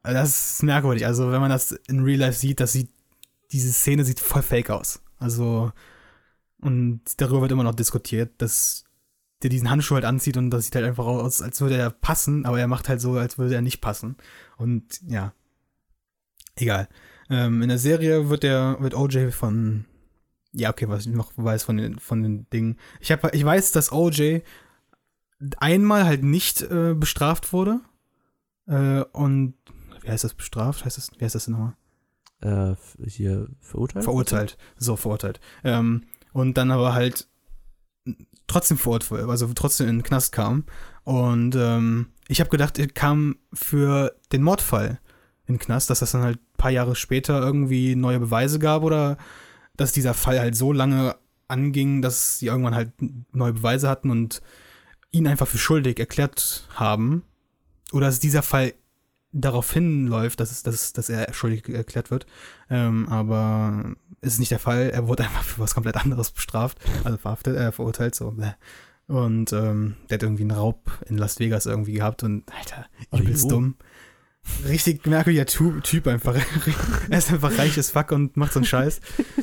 Das ist merkwürdig. Also, wenn man das in Real Life sieht, diese Szene sieht voll fake aus. Also, und darüber wird immer noch diskutiert, dass der diesen Handschuh halt anzieht und das sieht halt einfach aus, als würde er passen, aber er macht halt so, als würde er nicht passen. Und ja, egal. In der Serie wird OJ von, ja, okay, was ich noch weiß von den Dingen. Ich weiß, dass OJ einmal halt nicht bestraft wurde. Und wie heißt das bestraft? Wie heißt das denn nochmal? Hier verurteilt? Verurteilt. Und dann aber halt trotzdem trotzdem in den Knast kam. Und ich habe gedacht, er kam für den Mordfall in den Knast, dass das dann halt ein paar Jahre später irgendwie neue Beweise gab oder dass dieser Fall halt so lange anging, dass sie irgendwann halt neue Beweise hatten und ihn einfach für schuldig erklärt haben. Oder dass dieser Fall darauf hinläuft, dass er schuldig erklärt wird. Aber ist nicht der Fall. Er wurde einfach für was komplett anderes bestraft, also verurteilt. So. Und der hat irgendwie einen Raub in Las Vegas irgendwie gehabt und, Alter, übelst dumm. Richtig merkwürdiger Typ einfach. Er ist einfach reich as fuck und macht so einen Scheiß.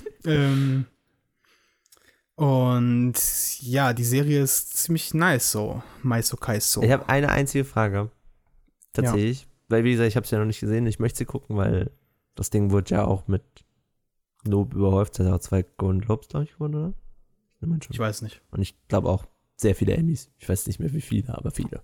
Und ja, die Serie ist ziemlich nice so. Maiso Kaiso. Ich habe eine einzige Frage. Tatsächlich. Ja. Weil, wie gesagt, ich habe es ja noch nicht gesehen. Ich möchte sie gucken, weil das Ding wurde ja auch mit Lob überhäuft. Es hat auch 2 Golden Globes, glaube ich, gewonnen, oder? Ich weiß nicht. Und ich glaube auch sehr viele Emmys. Ich weiß nicht mehr, wie viele, aber viele.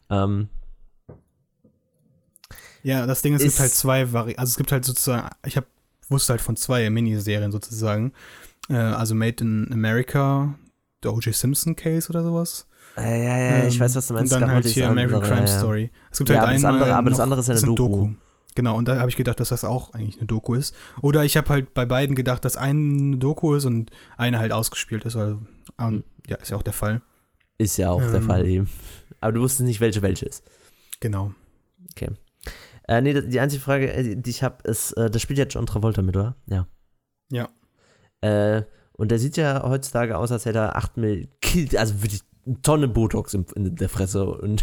Ja, das Ding ist, es gibt halt 2 Varianten. Also es gibt halt sozusagen, wusste halt von 2 Miniserien sozusagen. Also Made in America, der O.J. Simpson Case oder sowas. Ja, ich weiß, was du meinst. Und dann halt hier American Crime Story. Es gibt halt aber das andere ist ja eine Doku. Genau, und da habe ich gedacht, dass das auch eigentlich eine Doku ist. Oder ich habe halt bei beiden gedacht, dass eine Doku ist und eine halt ausgespielt ist. Also, ja, ist ja auch der Fall. Ist ja auch der Fall eben. Aber du wusstest nicht, welche ist. Genau. Okay. Nee, die einzige Frage, die ich habe, ist, da spielt ja John Travolta mit, oder? Ja. Ja. Und der sieht ja heutzutage aus, als hätte er 8 Millionen, also wirklich eine Tonne Botox in der Fresse und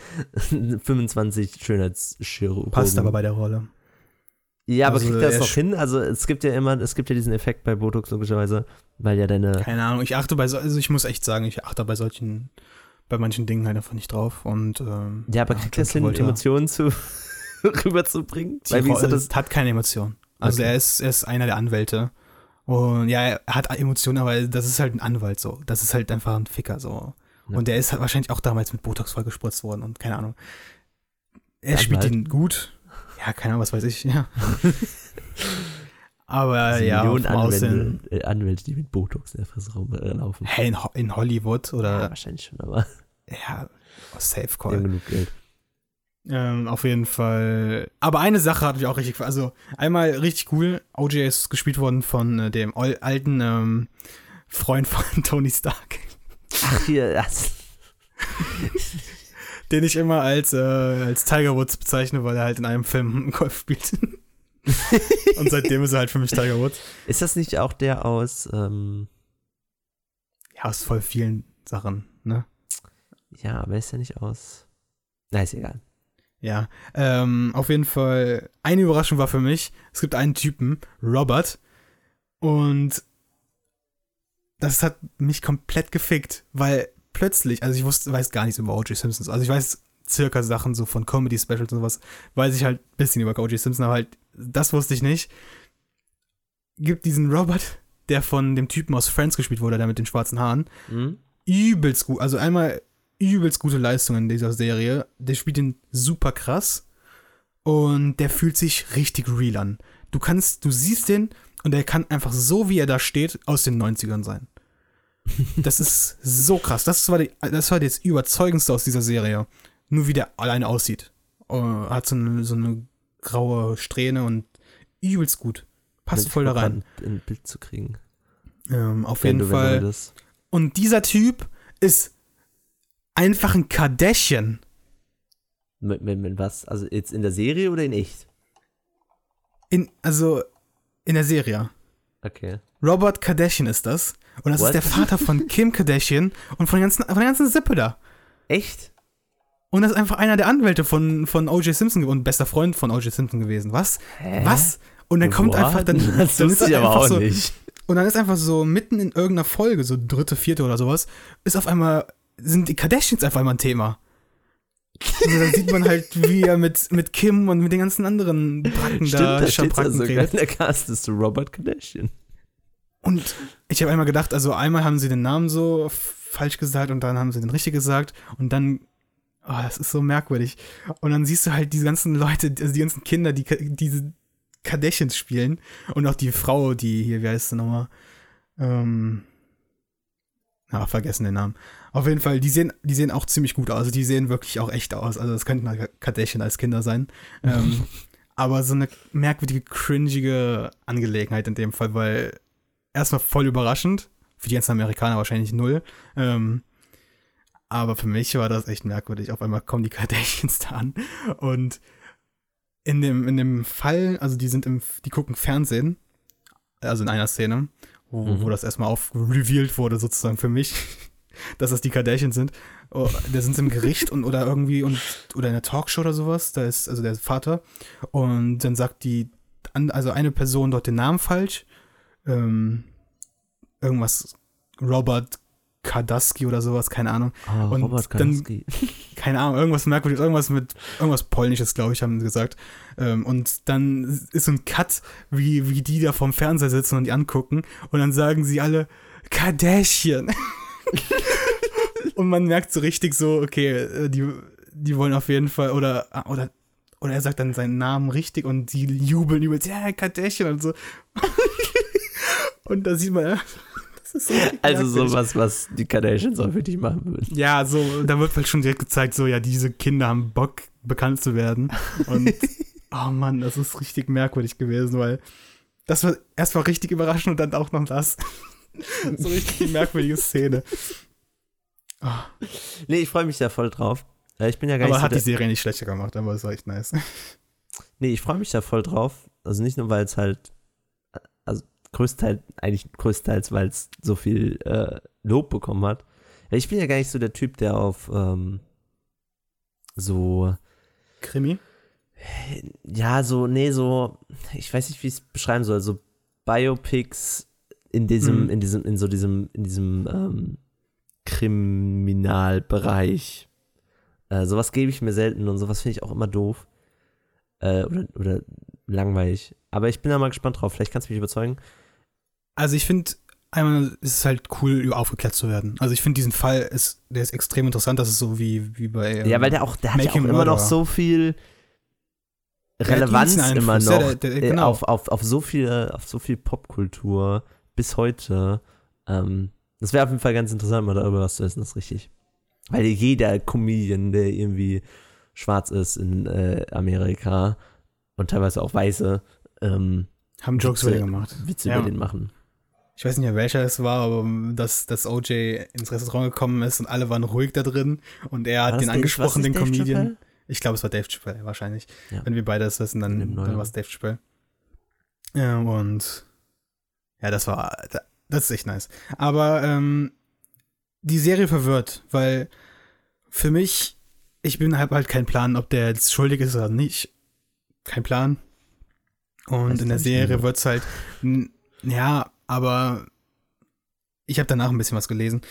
25 Schönheitschirurgen. Passt aber bei der Rolle. Ja, aber kriegt er das noch hin? Also es gibt ja diesen Effekt bei Botox logischerweise, weil ja deine... Keine Ahnung, ich muss echt sagen, ich achte bei manchen Dingen halt einfach nicht drauf und ja, aber kriegt er es hin, Emotionen rüberzubringen? Weil wie ist das hat keine Emotion. Also okay. Er ist einer der Anwälte. Und ja, er hat Emotionen, aber das ist halt ein Anwalt so. Das ist halt einfach ein Ficker so. Ja. Und der ist halt wahrscheinlich auch damals mit Botox vollgespritzt worden und keine Ahnung. Er spielt ihn gut. Ja, keine Ahnung, was weiß ich, ja. Aber also ja, Anwälte, die mit Botox in der Fresse rumlaufen. Hey, in Hollywood oder? Ja, wahrscheinlich schon, aber. Ja, Safe Call. Genug Geld. Auf jeden Fall. Aber eine Sache hat mich auch richtig, also einmal richtig cool. OJ ist gespielt worden von dem alten Freund von Tony Stark. Ach, hier, das. Den ich immer als Tiger Woods bezeichne, weil er halt in einem Film Golf spielt. Und seitdem ist er halt für mich Tiger Woods. Ist das nicht auch der aus ja, aus voll vielen Sachen, ne? Ja, aber ist ja nicht aus. Na, ist egal. Ja, auf jeden Fall, eine Überraschung war für mich, es gibt einen Typen, Robert, und das hat mich komplett gefickt, weil plötzlich, also ich weiß gar nichts über O.J. Simpson, also ich weiß circa Sachen so von Comedy-Specials und sowas, weiß ich halt ein bisschen über O.J. Simpson, aber halt, das wusste ich nicht. Gibt diesen Robert, der von dem Typen aus Friends gespielt wurde, der mit den schwarzen Haaren, übelst gut, also einmal übelst gute Leistung in dieser Serie. Der spielt ihn super krass und der fühlt sich richtig real an. Du siehst den und er kann einfach so, wie er da steht, aus den 90ern sein. Das ist so krass. Das war das Überzeugendste aus dieser Serie. Nur wie der alleine aussieht. Hat so eine graue Strähne und übelst gut. Passt voll da rein. Ein Bild zu kriegen. Auf jeden Fall. Und dieser Typ ist einfach ein Kardashian. Mit was? Also jetzt in der Serie oder in echt? In der Serie. Okay. Robert Kardashian ist das. Und das ist der Vater von Kim Kardashian und von der ganzen Sippe da. Echt? Und das ist einfach einer der Anwälte von O.J. Simpson und bester Freund von O.J. Simpson gewesen. Was? Hä? Was? Und dann kommt einfach, dann das ist ich aber auch so, nicht. Und dann ist einfach so mitten in irgendeiner Folge, so 3., 4. oder sowas, sind die Kardashians einfach mal ein Thema. Also da sieht man halt, wie er mit Kim und mit den ganzen anderen Bracken da Schabracken redet. Der Cast ist so Robert Kardashian. Und ich habe einmal gedacht, also einmal haben sie den Namen so falsch gesagt und dann haben sie den richtig gesagt und dann, das ist so merkwürdig. Und dann siehst du halt diese ganzen Leute, also die ganzen Kinder, die diese Kardashians spielen und auch die Frau, die hier, wie heißt sie nochmal? Vergessen den Namen. Auf jeden Fall, die sehen auch ziemlich gut aus. Also die sehen wirklich auch echt aus. Also das könnten Kardashian als Kinder sein. Aber so eine merkwürdige, cringige Angelegenheit in dem Fall, weil erstmal voll überraschend. Für die ganzen Amerikaner wahrscheinlich 0. Aber für mich war das echt merkwürdig. Auf einmal kommen die Kardashians da an. Und in dem Fall, also die gucken Fernsehen. Also in einer Szene, wo das erstmal revealed wurde, sozusagen für mich, dass das die Kardashians sind. Da sind sie im Gericht oder irgendwie oder in der Talkshow oder sowas. Da ist also der Vater. Und dann sagt eine Person dort den Namen falsch. Irgendwas Robert Kardashian oder sowas, keine Ahnung. Und Robert Kardashian. Keine Ahnung, irgendwas Merkwürdiges, irgendwas Polnisches, glaube ich, haben sie gesagt. Und dann ist so ein Cut, wie die da vorm Fernseher sitzen und die angucken und dann sagen sie alle Kardashian. Und man merkt so richtig so, okay, die wollen auf jeden Fall, oder er sagt dann seinen Namen richtig und die jubeln übelst, ja, Kardashian und so. Und da sieht man, das ist so also sowas, was die Kardashians auch für dich machen würden. Ja, so, da wird halt schon direkt gezeigt, so, ja, diese Kinder haben Bock, bekannt zu werden. Und, oh Mann, das ist richtig merkwürdig gewesen, weil das war erstmal richtig überraschend und dann auch noch das. So richtig die merkwürdige Szene. Oh. Nee, ich freue mich da voll drauf. Ich bin ja gar aber nicht hat die Serie nicht schlechter gemacht, aber es war echt nice. Nee, ich freue mich da voll drauf. Also nicht nur, weil es halt, also größtenteils, weil es so viel Lob bekommen hat. Ich bin ja gar nicht so der Typ, der auf so Krimi? Ja, so, ich weiß nicht, wie ich es beschreiben soll, so Biopics in diesem Kriminalbereich. Sowas gebe ich mir selten und sowas finde ich auch immer doof. Oder langweilig. Aber ich bin da mal gespannt drauf. Vielleicht kannst du mich überzeugen. Also ich finde, einmal ist es halt cool, aufgeklärt zu werden. Also ich finde diesen Fall, der ist extrem interessant. Das ist so wie bei ja, weil der hat ja auch immer noch so viel Relevanz immer noch genau. auf so viel Popkultur bis heute. Das wäre auf jeden Fall ganz interessant, mal darüber was zu wissen, das ist richtig. Weil jeder Comedian, der irgendwie schwarz ist in Amerika und teilweise auch Weiße, haben Jokes über den gemacht. Witze über den machen. Ich weiß nicht mehr, welcher es war, aber dass OJ ins Restaurant gekommen ist und alle waren ruhig da drin und er hat den angesprochen, den Comedian. Ich glaube, es war Dave Chappelle wahrscheinlich. Ja. Wenn wir beide das wissen, dann war es Dave Chappelle. Und ja, das ist echt nice. Aber die Serie verwirrt, weil für mich, ich habe halt keinen Plan, ob der jetzt schuldig ist oder nicht. Kein Plan. Und in der Serie wird's halt, ja, aber ich habe danach ein bisschen was gelesen.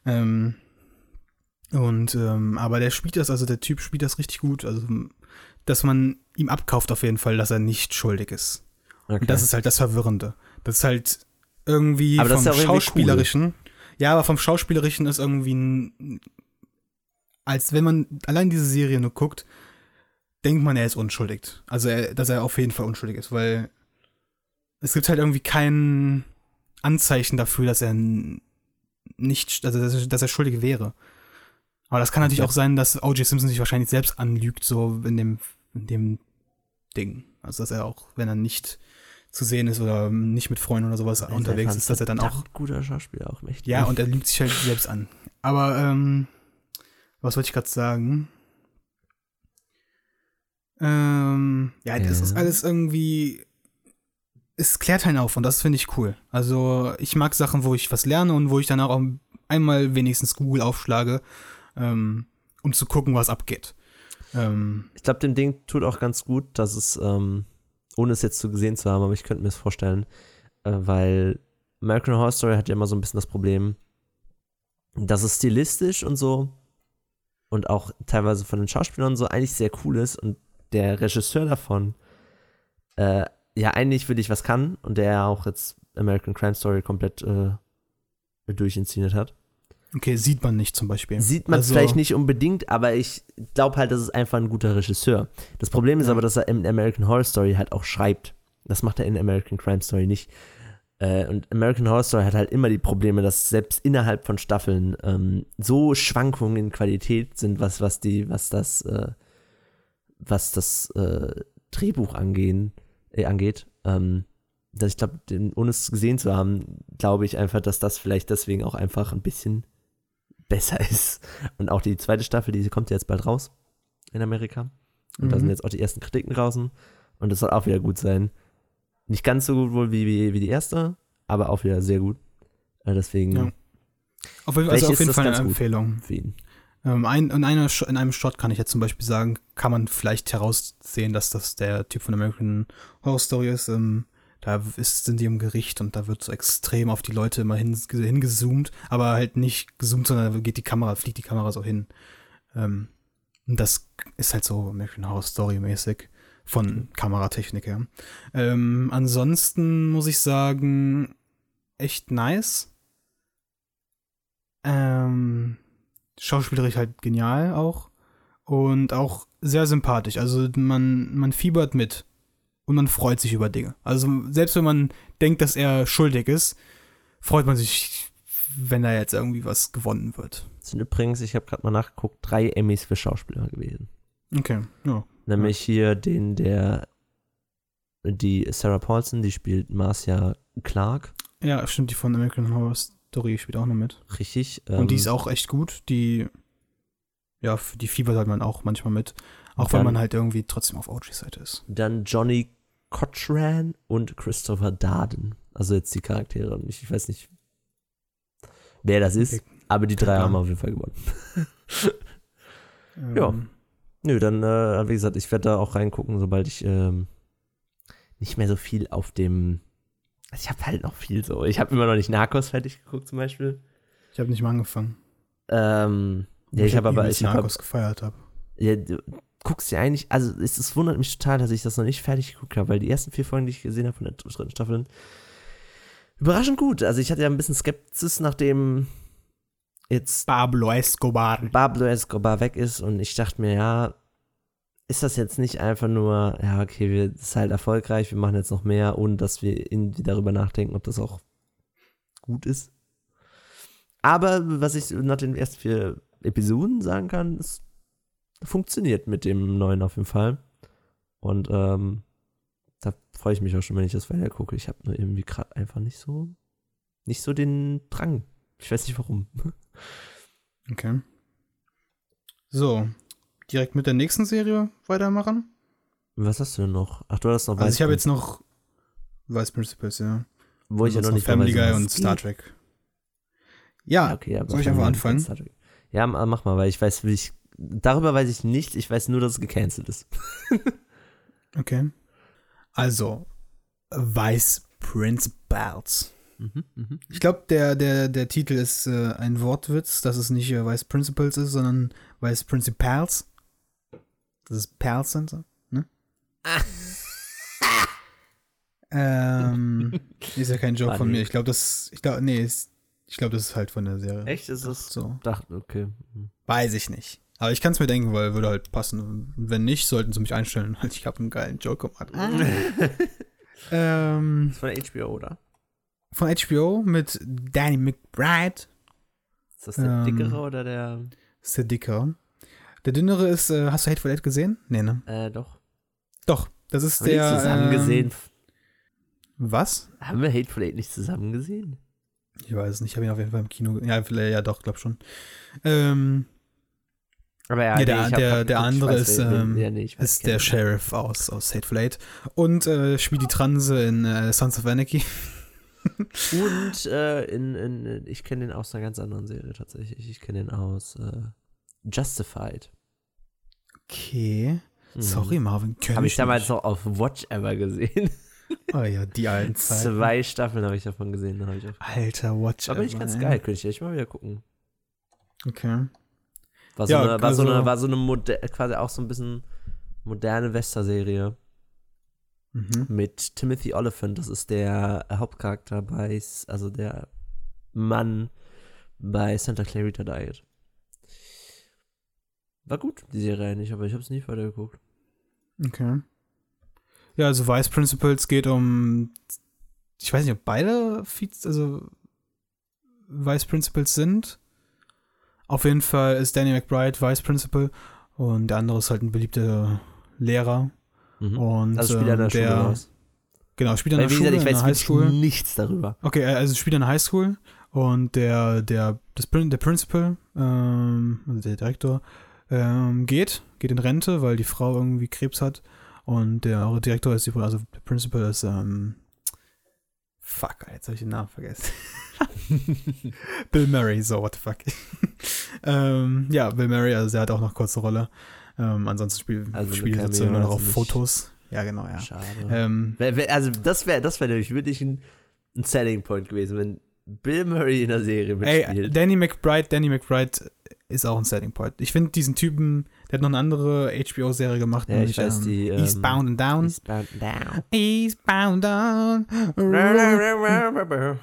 Aber der Typ spielt das richtig gut. Also, dass man ihm abkauft auf jeden Fall, dass er nicht schuldig ist. Okay. Und das ist halt das Verwirrende. Das ist halt irgendwie aber vom das ist Schauspielerischen. Cool. Ja, aber vom Schauspielerischen ist irgendwie als wenn man allein diese Serie nur guckt, denkt man, er ist unschuldig. Also, dass er auf jeden Fall unschuldig ist, weil es gibt halt irgendwie kein Anzeichen dafür, dass er nicht, also dass er schuldig wäre. Aber das kann natürlich auch sein, dass O.J. Simpson sich wahrscheinlich selbst anlügt, so in dem Ding. Also, dass er auch, wenn er nicht zu sehen ist oder nicht mit Freunden oder sowas unterwegs ist, dass er dann auch guter Schauspieler auch mächtig. Ja, und er lügt sich halt selbst an. Aber, was wollte ich gerade sagen? Das ist alles irgendwie, es klärt einen auf und das finde ich cool. Also ich mag Sachen, wo ich was lerne und wo ich dann auch einmal wenigstens Google aufschlage, und zu gucken, was abgeht. Ich glaube, dem Ding tut auch ganz gut, dass es, ohne es jetzt so gesehen zu haben, aber ich könnte mir das vorstellen, weil American Horror Story hat ja immer so ein bisschen das Problem, dass es stilistisch und so und auch teilweise von den Schauspielern und so eigentlich sehr cool ist und der Regisseur davon ja eigentlich wirklich was kann und der auch jetzt American Crime Story komplett durchinszeniert hat. Okay, sieht man nicht zum Beispiel. Sieht man vielleicht nicht unbedingt, aber ich glaube halt, das ist einfach ein guter Regisseur. Das Problem ist aber, dass er in American Horror Story halt auch schreibt. Das macht er in American Crime Story nicht. Und American Horror Story hat halt immer die Probleme, dass selbst innerhalb von Staffeln so Schwankungen in Qualität sind, was das Drehbuch angeht. Dass ich glaube, ohne es gesehen zu haben, glaube ich einfach, dass das vielleicht deswegen auch einfach ein bisschen besser ist. Und auch die zweite Staffel, die kommt jetzt bald raus in Amerika. Und da sind jetzt auch die ersten Kritiken draußen. Und das soll auch wieder gut sein. Nicht ganz so gut wohl wie die erste, aber auch wieder sehr gut. Deswegen. Ja. Auf jeden Fall eine Empfehlung. Für ihn. In einem Shot kann ich jetzt zum Beispiel sagen, kann man vielleicht heraussehen, dass das der Typ von American Horror Story ist. Sind die im Gericht und da wird so extrem auf die Leute immer hingezoomt, aber halt nicht gezoomt, sondern fliegt die Kamera so hin. Und das ist halt so American Horror Story mäßig von Kameratechnik her. Ansonsten muss ich sagen, echt nice. Schauspielerisch halt genial auch und auch sehr sympathisch. Also man fiebert mit. Und man freut sich über Dinge. Also selbst wenn man denkt, dass er schuldig ist, freut man sich, wenn da jetzt irgendwie was gewonnen wird. Das sind übrigens, ich habe gerade mal nachgeguckt, 3 Emmys für Schauspieler gewesen. Okay, ja. Nämlich hier die Sarah Paulson, die spielt Marcia Clark. Ja, stimmt, die von American Horror Story spielt auch noch mit. Richtig. Und die ist auch echt gut. Die fiebert halt man auch manchmal mit. Auch wenn man halt irgendwie trotzdem auf OG-Seite ist. Dann Johnny Cochran und Christopher Darden. Also jetzt die Charaktere. Und ich weiß nicht, wer das ist, aber die 3 haben auf jeden Fall gewonnen. Ja. Nö, dann, wie gesagt, ich werde da auch reingucken, sobald ich nicht mehr so viel auf dem. Also ich habe halt noch viel so. Ich habe immer noch nicht Narcos fertig geguckt zum Beispiel. Ich habe nicht mal angefangen. Ja, ich habe Narcos gefeiert habe. Ja, du guckst ja eigentlich, also es wundert mich total, dass ich das noch nicht fertig geguckt habe, weil die ersten 4 Folgen, die ich gesehen habe von der 3. Staffel, überraschend gut. Also ich hatte ja ein bisschen Skepsis, nachdem jetzt Pablo Escobar weg ist und ich dachte mir, ja, ist das jetzt nicht einfach nur, ja, okay, das ist halt erfolgreich, wir machen jetzt noch mehr, ohne dass wir irgendwie darüber nachdenken, ob das auch gut ist. Aber was ich nach den ersten 4 Episoden sagen kann, es funktioniert mit dem neuen auf jeden Fall. Und da freue ich mich auch schon, wenn ich das weiter gucke. Ich habe nur irgendwie gerade einfach nicht so den Drang. Ich weiß nicht warum. Okay. So, direkt mit der nächsten Serie weitermachen. Was hast du denn noch? Ach, du hast noch Also ich habe jetzt noch Vice Principals, ja. Wo ich ja noch nicht Family Guy und Star Trek. Ja, okay, aber soll ich einfach anfangen? Ja, mach mal, weil ich weiß, darüber weiß ich nichts. Ich weiß nur, dass es gecancelt ist. Okay. Also, Vice Principals. Ich glaube, der Titel ist ein Wortwitz, dass es nicht Vice Principals ist, sondern Vice Principals. Das ist Pals sind so, ne? Ist ja kein Joke von mir. Ich glaube, das ist halt von der Serie. Echt? Ist das so? Dachte, okay. Weiß ich nicht. Aber ich kann es mir denken, weil würde halt passen. Und wenn nicht, sollten sie mich einstellen, weil ich habe einen geilen Joke gemacht. Ist von HBO, oder? Von HBO mit Danny McBride. Ist das der dickere oder der? Das ist der dickere. Der dünnere ist, hast du Hateful Eight gesehen? Nee, ne? Doch. Doch, das ist haben wir nicht zusammen gesehen? Was? Haben wir Hateful Eight nicht zusammen gesehen? Ich weiß es nicht, ich habe ihn auf jeden Fall im Kino. Ja, doch, glaub schon. Aber ja, der andere ist der Sheriff aus Hateful Eight und spielt die Transe in Sons of Anarchy. Und ich kenne den aus einer ganz anderen Serie tatsächlich. Ich kenne den aus Justified. Okay. Sorry, Marvin. Habe ich damals noch auf Watch Ever gesehen. Oh ja, die alten Zeiten. 2 Staffeln habe ich davon gesehen. Alter, Watch Ever. Aber nicht ganz geil, könnte ich echt mal wieder gucken. Okay. War so eine quasi auch so ein bisschen moderne Western-Serie. Mit Timothy Olyphant, das ist der Hauptcharakter also der Mann bei Santa Clarita Diet. War gut, die Serie eigentlich, aber ich habe es nie weiter geguckt. Okay. Ja, also Vice Principals geht um, ich weiß nicht, ob beide Vice Principals sind. Auf jeden Fall ist Danny McBride Vice Principal und der andere ist halt ein beliebter Lehrer. Und also spielt er in der Schule aus. Genau, spielt er in der Schule, in der Highschool. Nichts darüber. Okay, also spielt er in der Highschool und der Principal, also der Direktor, geht in Rente, weil die Frau irgendwie Krebs hat und der Direktor ist, also der Principal ist, fuck, jetzt habe ich den Namen vergessen. Bill Murray, so, what the fuck. Ja, Bill Murray, also der hat auch noch kurze Rolle. Ansonsten spielt er nur noch auf Fotos. Ja, genau, ja. Schade. Also das wäre nämlich wirklich ein Selling Point gewesen, wenn Bill Murray in der Serie mitspielt. Ey, Danny McBride ist auch ein Selling Point. Ich finde diesen Typen, der hat noch eine andere HBO-Serie gemacht. Ja, ich weiß, die Eastbound and Down. Eastbound and Down.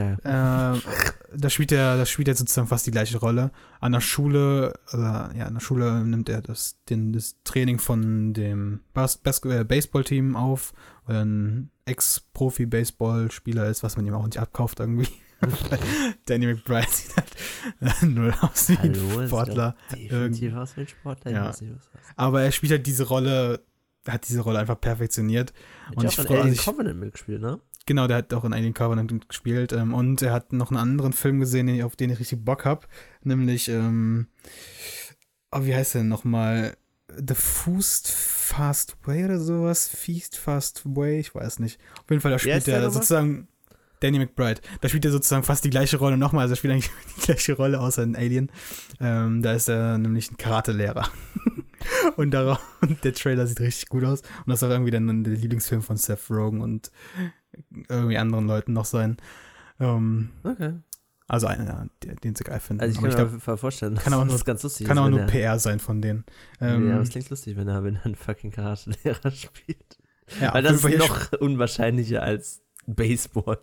Da spielt er sozusagen fast die gleiche Rolle. An der Schule, nimmt er das Training von dem Baseball-Team auf, weil er ein Ex-Profi-Baseball-Spieler ist, was man ihm auch nicht abkauft irgendwie. Danny McBride sieht halt null aus wie ein Sportler. Definitiv aus wie ein Sportler. Ja. Aber er spielt halt diese Rolle, hat diese Rolle einfach perfektioniert. Und ich freue mich. Covenant mitgespielt, ne? Genau, der hat auch in Alien Covenant gespielt. Und er hat noch einen anderen Film gesehen, auf den ich richtig Bock habe. Nämlich, wie heißt der denn nochmal? The Feast Fast Way oder sowas? Feast Fast Way, ich weiß nicht. Auf jeden Fall, da spielt er sozusagen Danny McBride. Da spielt er sozusagen fast die gleiche Rolle nochmal. Also er spielt eigentlich die gleiche Rolle, außer in Alien. Da ist er nämlich ein Karatelehrer. Und der Trailer sieht richtig gut aus. Und das soll irgendwie dann der Lieblingsfilm von Seth Rogen und irgendwie anderen Leuten noch sein. Okay. Also einer, den sie geil finden. Also ich kann mir auf jeden Fall vorstellen, das ist ganz lustig. Kann auch nur PR sein von denen. Ja, aber es klingt lustig, wenn er einen fucking Karatelehrer spielt. Ja, weil das ist noch unwahrscheinlicher als Baseball.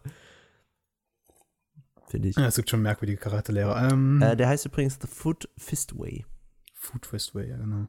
Finde ich. Ja, es gibt schon merkwürdige Karatelehrer. Der heißt übrigens The Foot Fist Way. Foot Fist Way, ja genau.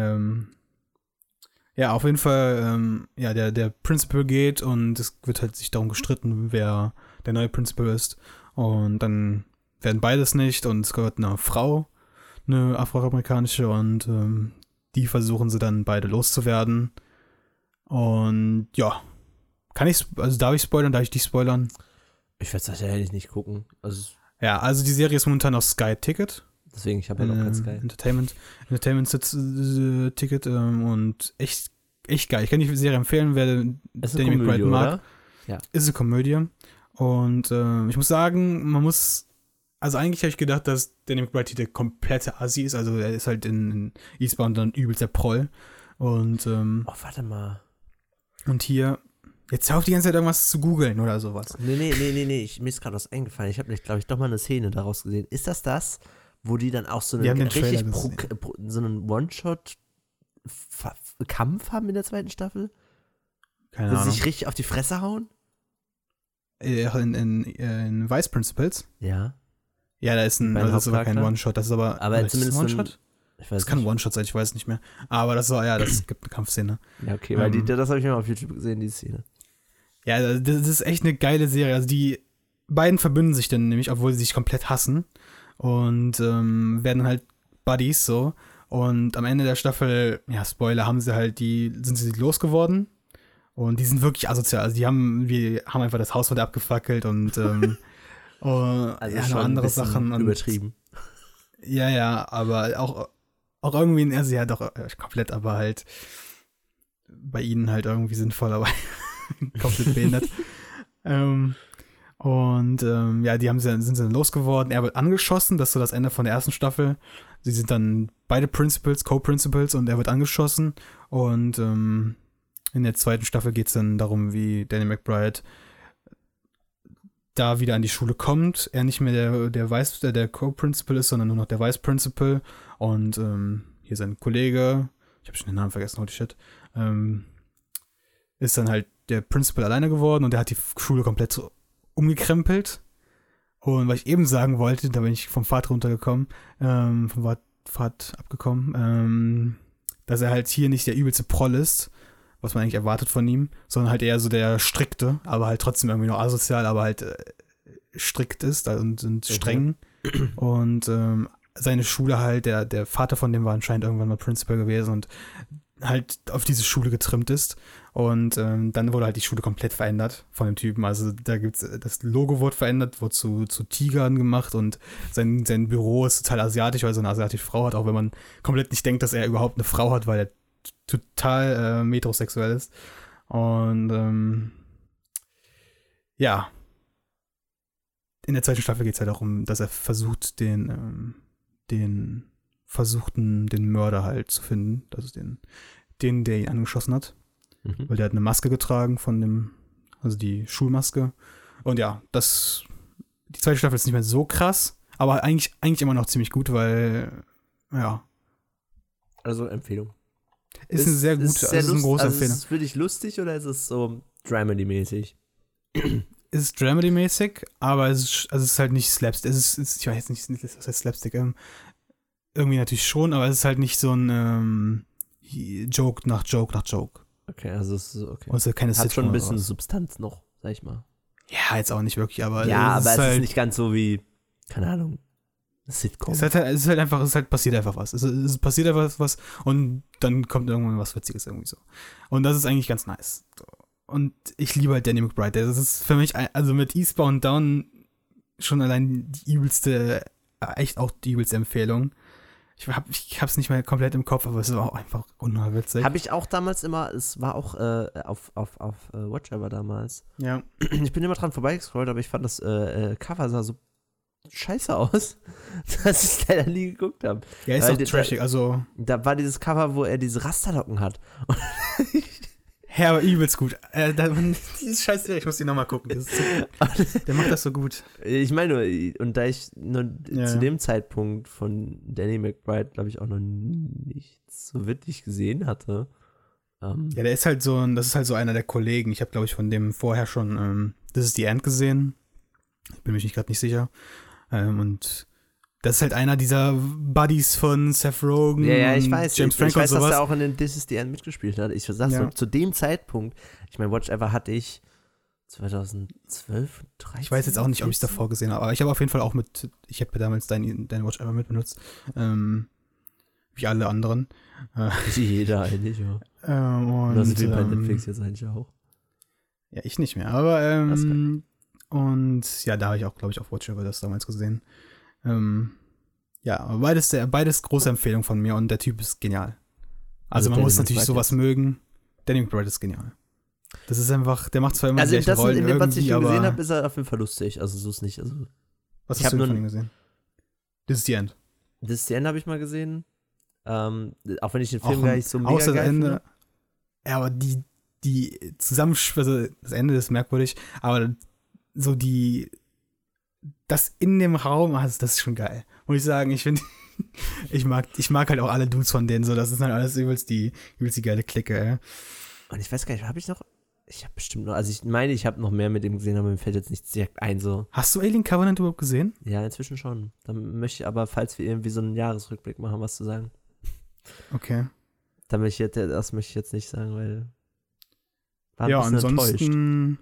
Ja, auf jeden Fall, der Principal geht und es wird halt sich darum gestritten, wer der neue Principal ist. Und dann werden beides nicht und es gehört eine Frau, eine afroamerikanische und die versuchen sie dann beide loszuwerden. Und ja, darf ich spoilern, darf ich dich spoilern? Ich werde es tatsächlich nicht gucken. Also die Serie ist momentan auf Sky Ticket. Deswegen, ich habe ja noch kein Sky. Entertainment Ticket und echt geil. Ich kann die Serie empfehlen, wer Danny McBride mag. Ja. Ist eine Komödie. Und ich muss sagen, eigentlich habe ich gedacht, dass Danny McBride der komplette Assi ist. Also er ist halt in Eastbound dann übelst der Proll. Und warte mal. Und hier, jetzt hör auf die ganze Zeit irgendwas zu googeln oder sowas. Nee. Mir ist gerade was eingefallen. Ich habe, glaube ich, doch mal eine Szene daraus gesehen. Ist das, wo die dann auch so einen richtig so einen One-Shot-Kampf haben in der zweiten Staffel? Keine Ahnung. Wo sie sich richtig auf die Fresse hauen? In Vice Principals? Ja. Ja, das ist aber kein One-Shot. Das ist aber zumindest ein One-Shot? Das kann ein One-Shot sein, ich weiß nicht mehr. Aber das gibt eine Kampfszene. Ja, okay, weil das habe ich mal auf YouTube gesehen, die Szene. Ja, das ist echt eine geile Serie. Also die beiden verbünden sich dann nämlich, obwohl sie sich komplett hassen. Und werden halt Buddies so. Und am Ende der Staffel, ja, Spoiler, sind sie losgeworden. Und die sind wirklich asozial. Also wir haben einfach das Haus von der abgefackelt und also ja, noch andere Sachen. Übertrieben. Ja, aber auch irgendwie, also ja doch komplett, aber halt bei ihnen halt irgendwie sinnvoll, aber komplett behindert. Und sind sie dann losgeworden. Er wird angeschossen, das ist so das Ende von der ersten Staffel. Sie sind dann beide Principals, Co-Principals und er wird angeschossen. Und in der zweiten Staffel geht es dann darum, wie Danny McBride da wieder an die Schule kommt. Er nicht mehr der Co-Principal ist, sondern nur noch der Vice Principal. Und hier sein Kollege, ich habe schon den Namen vergessen, holy shit, ist dann halt der Principal alleine geworden und der hat die Schule komplett so umgekrempelt. Und was ich eben sagen wollte, da bin ich vom Pfad runtergekommen, vom Pfad abgekommen, dass er halt hier nicht der übelste Proll ist, was man eigentlich erwartet von ihm, sondern halt eher so der strikte, aber halt trotzdem irgendwie noch asozial, aber halt strikt ist und streng. Und seine Schule halt, der Vater von dem war anscheinend irgendwann mal Principal gewesen und halt auf diese Schule getrimmt ist. Und dann wurde halt die Schule komplett verändert von dem Typen. Also da gibt's, das Logo wurde verändert, wurde zu Tigern gemacht und sein Büro ist total asiatisch, weil er so eine asiatische Frau hat, auch wenn man komplett nicht denkt, dass er überhaupt eine Frau hat, weil er total metrosexuell ist. Und in der zweiten Staffel geht es halt darum, dass er versucht, den Mörder halt zu finden. Das ist den, der ihn angeschossen hat. Weil der hat eine Maske getragen also die Schulmaske. Und ja, die zweite Staffel ist nicht mehr so krass, aber eigentlich immer noch ziemlich gut, weil, ja. Also Empfehlung. Ist eine sehr gute, ist eine große Empfehlung. Ist es für dich lustig oder ist es so Dramedy-mäßig? Es ist Dramedy-mäßig, aber es ist halt nicht Slapstick. Ich weiß nicht, was heißt Slapstick? Irgendwie natürlich schon, aber es ist halt nicht so ein Joke nach Joke nach Joke. Okay, also es ist okay. Und es ist keine Hat schon ein bisschen Substanz noch, sag ich mal. Ja, jetzt auch nicht wirklich, aber ja, aber es ist nicht ganz so wie, keine Ahnung, Sitcom. Es passiert einfach was. Es passiert einfach was und dann kommt irgendwann was Witziges irgendwie so. Und das ist eigentlich ganz nice. Und ich liebe halt Danny McBride. Das ist für mich, also mit Eastbound Down schon allein die übelste, echt auch die übelste Empfehlung. Ich hab's nicht mehr komplett im Kopf, aber es war auch einfach unheimlich witzig. Habe ich auch damals immer, es war auch auf Watch Ever damals. Ja. Ich bin immer dran vorbeigescrollt, aber ich fand das Cover sah so scheiße aus, dass ich es leider nie geguckt habe. Ja, ist auch trashig, also. Da war dieses Cover, wo er diese Rasterlocken hat. Ja, aber übelst gut. Dieses Scheiße, ich muss die nochmal gucken. Der macht das so gut. Ich meine, und da ich zu dem Zeitpunkt von Danny McBride, glaube ich, auch noch nichts so wirklich gesehen hatte. Ja, der ist halt das ist halt so einer der Kollegen. Ich habe, glaube ich, von dem vorher schon This is the End gesehen. Ich bin mir gerade nicht sicher. Und das ist halt einer dieser Buddies von Seth Rogen. Ja, ich weiß. James Franco und sowas. Dass er auch in den This is the End mitgespielt hat. Ich sag so, zu dem Zeitpunkt, ich meine, Watch Ever hatte ich 2012, 13. Ich weiß jetzt auch nicht, ob ich es davor gesehen habe, aber ich habe auf jeden Fall auch ich habe damals dein Watch Ever mitbenutzt. Wie alle anderen. Jeder eigentlich, ja. Und das ist wie bei Netflix jetzt eigentlich auch. Ja, ich nicht mehr, aber und ja, da habe ich auch, glaube ich, auf Watch Ever das damals gesehen. Ja, aber beides große Empfehlung von mir und der Typ ist genial. Also man muss natürlich sowas mögen. Danny McBride ist genial. Das ist einfach, der macht zwar immer die gleichen Rollen irgendwie, was ich schon gesehen habe, ist er auf jeden Fall lustig. Also so ist nicht. Also, was hast du von ihm gesehen? This is the End. This is the End habe ich mal gesehen. Auch wenn ich den Film gar nicht so mega außer geil Ende. finde. Ja, aber die also das Ende ist merkwürdig, aber so das in dem Raum, das ist schon geil. Muss ich sagen, ich finde, ich mag halt auch alle Dudes von denen so, das ist halt alles übelst die geile Clique, ey. Und ich weiß gar nicht, ich habe bestimmt noch, also ich meine, ich habe noch mehr mit dem gesehen, aber mir fällt jetzt nichts direkt ein, so. Hast du Alien Covenant überhaupt gesehen? Ja, inzwischen schon. Dann möchte ich aber, falls wir irgendwie so einen Jahresrückblick machen, was zu sagen. Okay. Das möchte ich jetzt nicht sagen, weil ja, ansonsten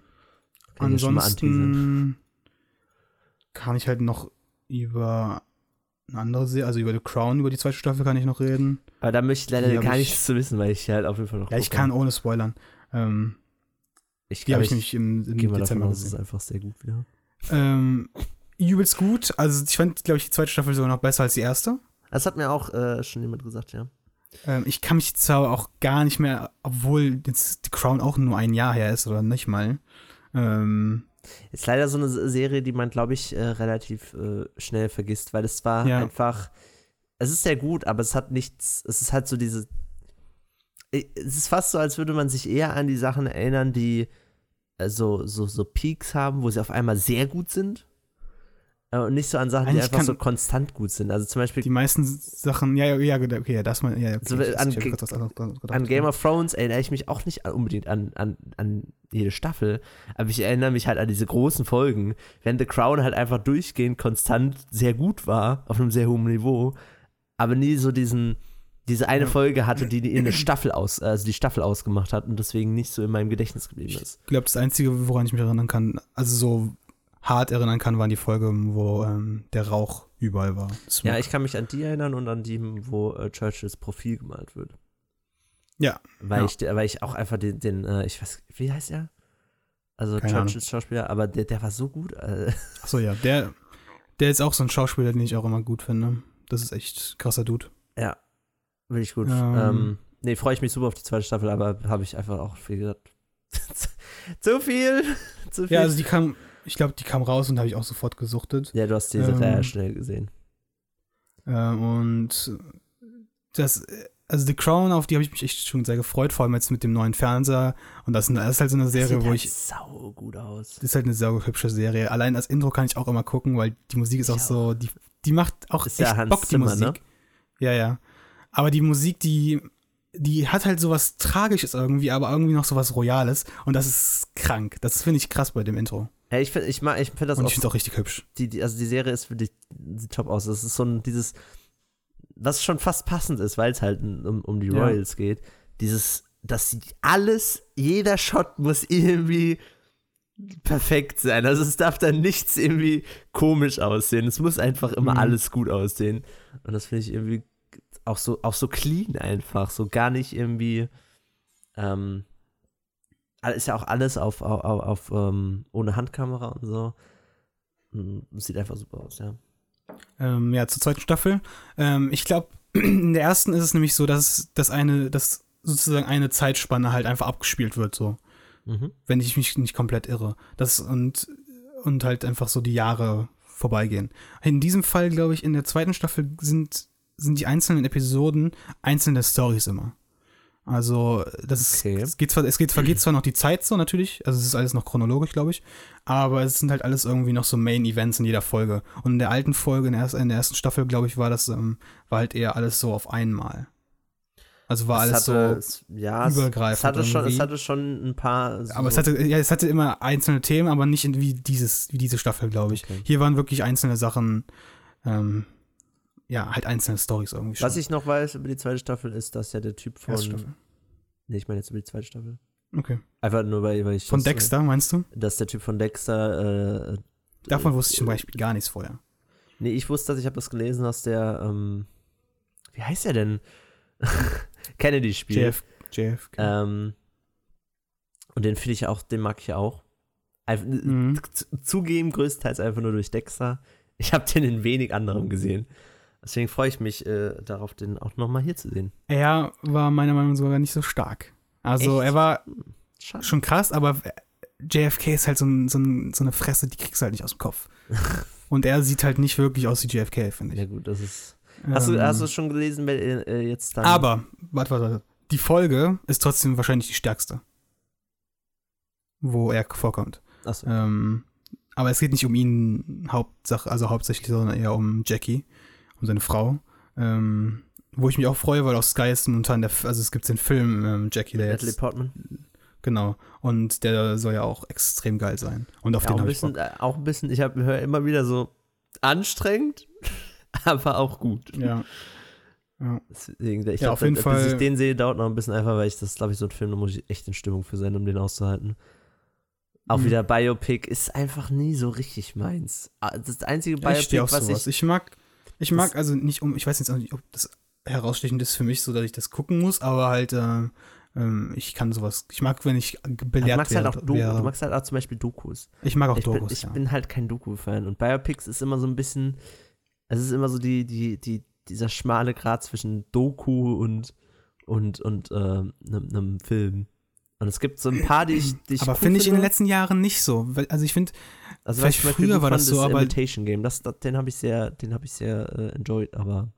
kann ich halt noch über eine andere Serie, also über The Crown, über die zweite Staffel kann ich noch reden. Aber da möchte ich leider gar nichts zu wissen, weil ich halt auf jeden Fall noch. Ja, ich kann ohne Spoilern. Die habe ich nämlich im Dezember gesehen. Das ist einfach sehr gut wieder. Übelst gut. Also ich fand, glaube ich, die zweite Staffel sogar noch besser als die erste. Das hat mir auch schon jemand gesagt, ja. Ich kann mich zwar auch gar nicht mehr, obwohl jetzt The Crown auch nur ein Jahr her ist oder nicht mal, Ist leider so eine Serie, die man, glaube ich, relativ schnell vergisst, weil es war einfach, es ist sehr gut, aber es hat nichts, es ist halt so es ist fast so, als würde man sich eher an die Sachen erinnern, die so Peaks haben, wo sie auf einmal sehr gut sind. Und nicht so an Sachen, die einfach so konstant gut sind. Also zum Beispiel. Die meisten Sachen, okay, das mal, ja, okay. An Game of Thrones erinnere ich mich auch nicht unbedingt an jede Staffel, aber ich erinnere mich halt an diese großen Folgen, wenn The Crown halt einfach durchgehend konstant sehr gut war, auf einem sehr hohen Niveau, aber nie so diese eine Folge hatte, die die Staffel ausgemacht hat und deswegen nicht so in meinem Gedächtnis geblieben ist. Ich glaube, das Einzige, woran ich mich erinnern kann, also so hart erinnern kann, waren die Folgen, wo der Rauch überall war. Ja, ich kann mich an die erinnern und an die, wo Churchills Profil gemalt wird. Ja. Weil ich auch einfach den ich weiß, wie heißt er? Also Keine Churchills Schauspieler, aber der war so gut. Achso, ja, der ist auch so ein Schauspieler, den ich auch immer gut finde. Das ist echt krasser Dude. Ja, wirklich gut. Freue ich mich super auf die zweite Staffel, aber habe ich einfach auch, wie gesagt, zu viel. Ja, also ich glaube, die kam raus und habe ich auch sofort gesuchtet. Ja, du hast die sehr schnell gesehen. Und also The Crown, auf die habe ich mich echt schon sehr gefreut, vor allem jetzt mit dem neuen Fernseher. Und das ist halt so eine Serie, wo ich. Sau gut aus. Das ist halt eine sau hübsche Serie. Allein als Intro kann ich auch immer gucken, weil die Musik ist auch so, die macht auch ist echt Bock, die Musik. Ne? Ja. Aber die Musik, die hat halt sowas Tragisches irgendwie, aber irgendwie noch sowas Royales. Und das ist krank. Das finde ich krass bei dem Intro. Ja, ich find das und ich finde es auch richtig hübsch. Also die Serie ist wirklich, sieht top aus. Das ist so dieses, was schon fast passend ist, weil es halt um die Royals geht. Dass jeder Shot muss irgendwie perfekt sein. Also es darf dann nichts irgendwie komisch aussehen. Es muss einfach immer alles gut aussehen. Und das finde ich irgendwie auch so clean einfach. So gar nicht irgendwie, ist ja auch alles auf ohne Handkamera und so. Sieht einfach super aus, ja. Zur zweiten Staffel. Ich glaube, in der ersten ist es nämlich so, dass sozusagen eine Zeitspanne halt einfach abgespielt wird, so. Wenn ich mich nicht komplett irre. Und halt einfach so die Jahre vorbeigehen. In diesem Fall, glaube ich, in der zweiten Staffel sind die einzelnen Episoden einzelne Storys immer. Also, es geht zwar noch die Zeit so natürlich, also es ist alles noch chronologisch, glaube ich, aber es sind halt alles irgendwie noch so Main-Events in jeder Folge. Und in der alten Folge, in der ersten Staffel, glaube ich, war halt eher alles so auf einmal. Also war alles übergreifend. Es hatte schon ein paar. So aber es hatte immer einzelne Themen, aber nicht wie diese Staffel, glaube ich. Okay. Hier waren wirklich einzelne Sachen, halt einzelne Storys irgendwie schon. Was ich noch weiß über die zweite Staffel ist, dass ja der Typ von. Nee, ich meine jetzt über die zweite Staffel. Okay. Einfach nur, weil ich. Von Dexter, meinst du? Dass der Typ von Dexter. Davon wusste ich zum Beispiel gar nichts vorher. Nee, ich wusste, ich habe das gelesen, dass der. Wie heißt er denn? Kennedy spielt. JFK. Und den mag ich auch. Zugeben, größtenteils einfach nur durch Dexter. Ich habe den in wenig anderem gesehen. Deswegen freue ich mich darauf, den auch nochmal hier zu sehen. Er war meiner Meinung nach sogar nicht so stark. Also echt? Er war schon krass, aber JFK ist halt so eine Fresse, die kriegst du halt nicht aus dem Kopf. Und er sieht halt nicht wirklich aus wie JFK, finde ich. Ja gut, das ist... Hast du schon gelesen, jetzt dann... Aber, warte. Die Folge ist trotzdem wahrscheinlich die stärkste, wo er vorkommt. Achso. Aber es geht nicht um ihn hauptsächlich, sondern eher um Jackie, um seine Frau. Wo ich mich auch freue, weil auf Sky ist momentan es gibt den Film Jackie, der Natalie Portman. Genau. Und der soll ja auch extrem geil sein. Und auf den habe ich Bock. Auch ein bisschen, ich höre immer wieder so anstrengend, aber auch gut. Ja. Deswegen, ich auf jeden Fall. Bis ich den sehe, dauert noch ein bisschen einfach, weil ich das, glaube ich, so ein Film, da muss ich echt in Stimmung für sein, um den auszuhalten. Auch wieder Biopic ist einfach nie so richtig meins. Das einzige Biopic, was ich mag also nicht ich weiß jetzt auch nicht, ob das herausstechend ist für mich, so dass ich das gucken muss, aber halt ich kann sowas, ich mag, wenn ich belehrt werde. Du magst halt auch zum Beispiel Dokus. Ich mag auch Dokus, Ich bin halt kein Doku-Fan und Biopics ist immer so ein bisschen, es ist immer so dieser schmale Grat zwischen Doku und einem Film. Und es gibt so ein paar, die ich aber cool finde ich in den letzten Jahren nicht so. Also ich finde, vielleicht früher war das so, aber Imitation Game, den habe ich sehr enjoyed, aber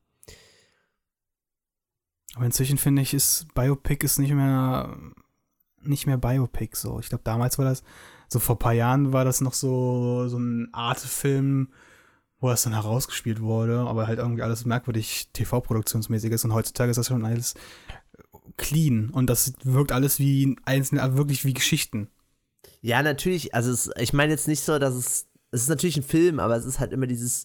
inzwischen finde ich, ist Biopic ist nicht mehr Biopic so. Ich glaube, damals war das, so vor ein paar Jahren war das noch so ein Arte-Film, wo das dann herausgespielt wurde, aber halt irgendwie alles merkwürdig TV-produktionsmäßig ist und heutzutage ist das schon alles clean und das wirkt alles wie wirklich wie Geschichten. Ja, natürlich, also ich meine jetzt nicht so, dass es ist natürlich ein Film, aber es ist halt immer es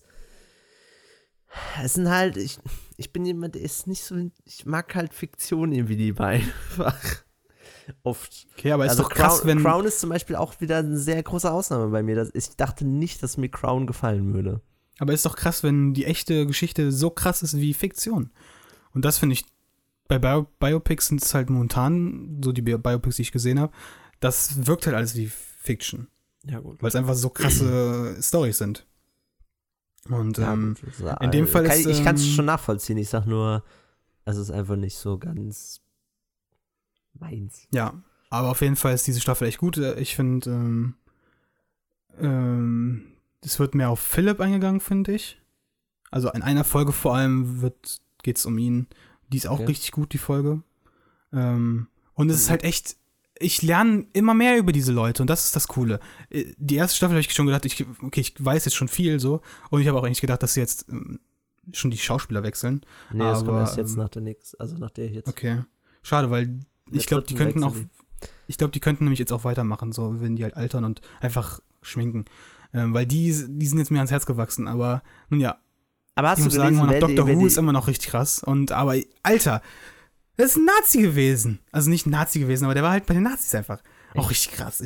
sind halt, ich bin jemand, der ist nicht so, ich mag halt Fiktion irgendwie lieber einfach. Oft. Okay, aber ist doch krass, wenn Crown ist zum Beispiel auch wieder eine sehr große Ausnahme bei mir. Ich dachte nicht, dass mir Crown gefallen würde. Aber ist doch krass, wenn die echte Geschichte so krass ist wie Fiktion. Und das finde ich, bei Biopics sind es halt momentan, so die Biopics, die ich gesehen habe, das wirkt halt alles wie Fiction. Ja, gut. Weil es einfach so krasse Storys sind. Und ja, in dem Fall ist ich kann es schon nachvollziehen. Ich sag nur, es ist einfach nicht so ganz meins. Ja, aber auf jeden Geht diese Staffel echt gut. Ich finde, es wird mehr auf Philipp eingegangen, finde ich. Also in einer Folge vor allem geht es um ihn. Die ist auch richtig gut, die Folge. Und es ist halt echt, ich lerne immer mehr über diese Leute und das ist das Coole. Die erste Staffel habe ich schon gedacht, ich weiß jetzt schon viel so. Und ich habe auch eigentlich gedacht, dass sie jetzt schon die Schauspieler wechseln. Nee, das kommt erst jetzt nach der Nix, also nach der jetzt. Okay. Schade, weil ich glaube, die könnten nämlich jetzt auch weitermachen, so wenn die halt altern und einfach schminken. Weil die sind jetzt mir ans Herz gewachsen, aber nun ja. Aber hast ich du muss sagen, Dr. Who ist immer noch richtig krass. Aber, Alter, das ist ein Nazi gewesen. Also nicht ein Nazi gewesen, aber der war halt bei den Nazis einfach auch richtig krass.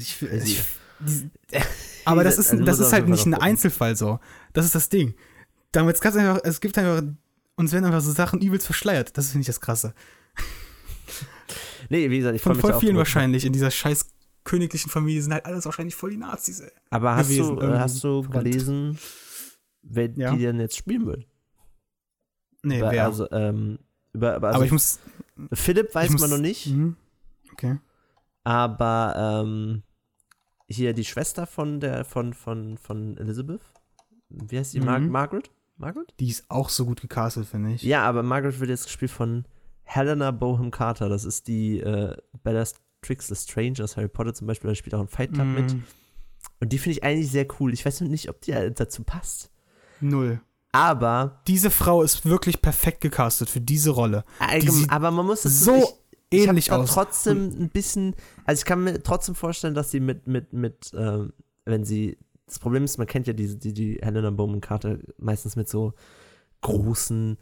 Aber das ist halt nicht ein Einzelfall so. Das ist das Ding. Damit es gibt einfach, uns werden einfach so Sachen übelst verschleiert. Das finde ich das Krasse. Nee, wie gesagt, ich freue mich von auch voll vielen wahrscheinlich in dieser scheiß königlichen Familie sind halt alles wahrscheinlich voll die Nazis, ey. Aber hast du gelesen, wer die denn jetzt spielen wird? Nee, wer? Also, aber ich muss... Philipp weiß man noch nicht. Okay. Aber hier die Schwester von Elizabeth, wie heißt die? Margaret? Die ist auch so gut gecastet, finde ich. Ja, aber Margaret wird jetzt gespielt von Helena Bonham Carter. Das ist die Bellatrix Lestrange aus Harry Potter zum Beispiel. Da spielt auch ein Fight Club mit. Und die finde ich eigentlich sehr cool. Ich weiß noch nicht, ob die dazu passt. Null. Aber diese Frau ist wirklich perfekt gecastet für diese Rolle. Aber man muss es so ähnlich aus. Trotzdem ein bisschen, also ich kann mir trotzdem vorstellen, dass sie mit wenn sie, das Problem ist, man kennt ja die Helena Bonham Carter meistens mit so großen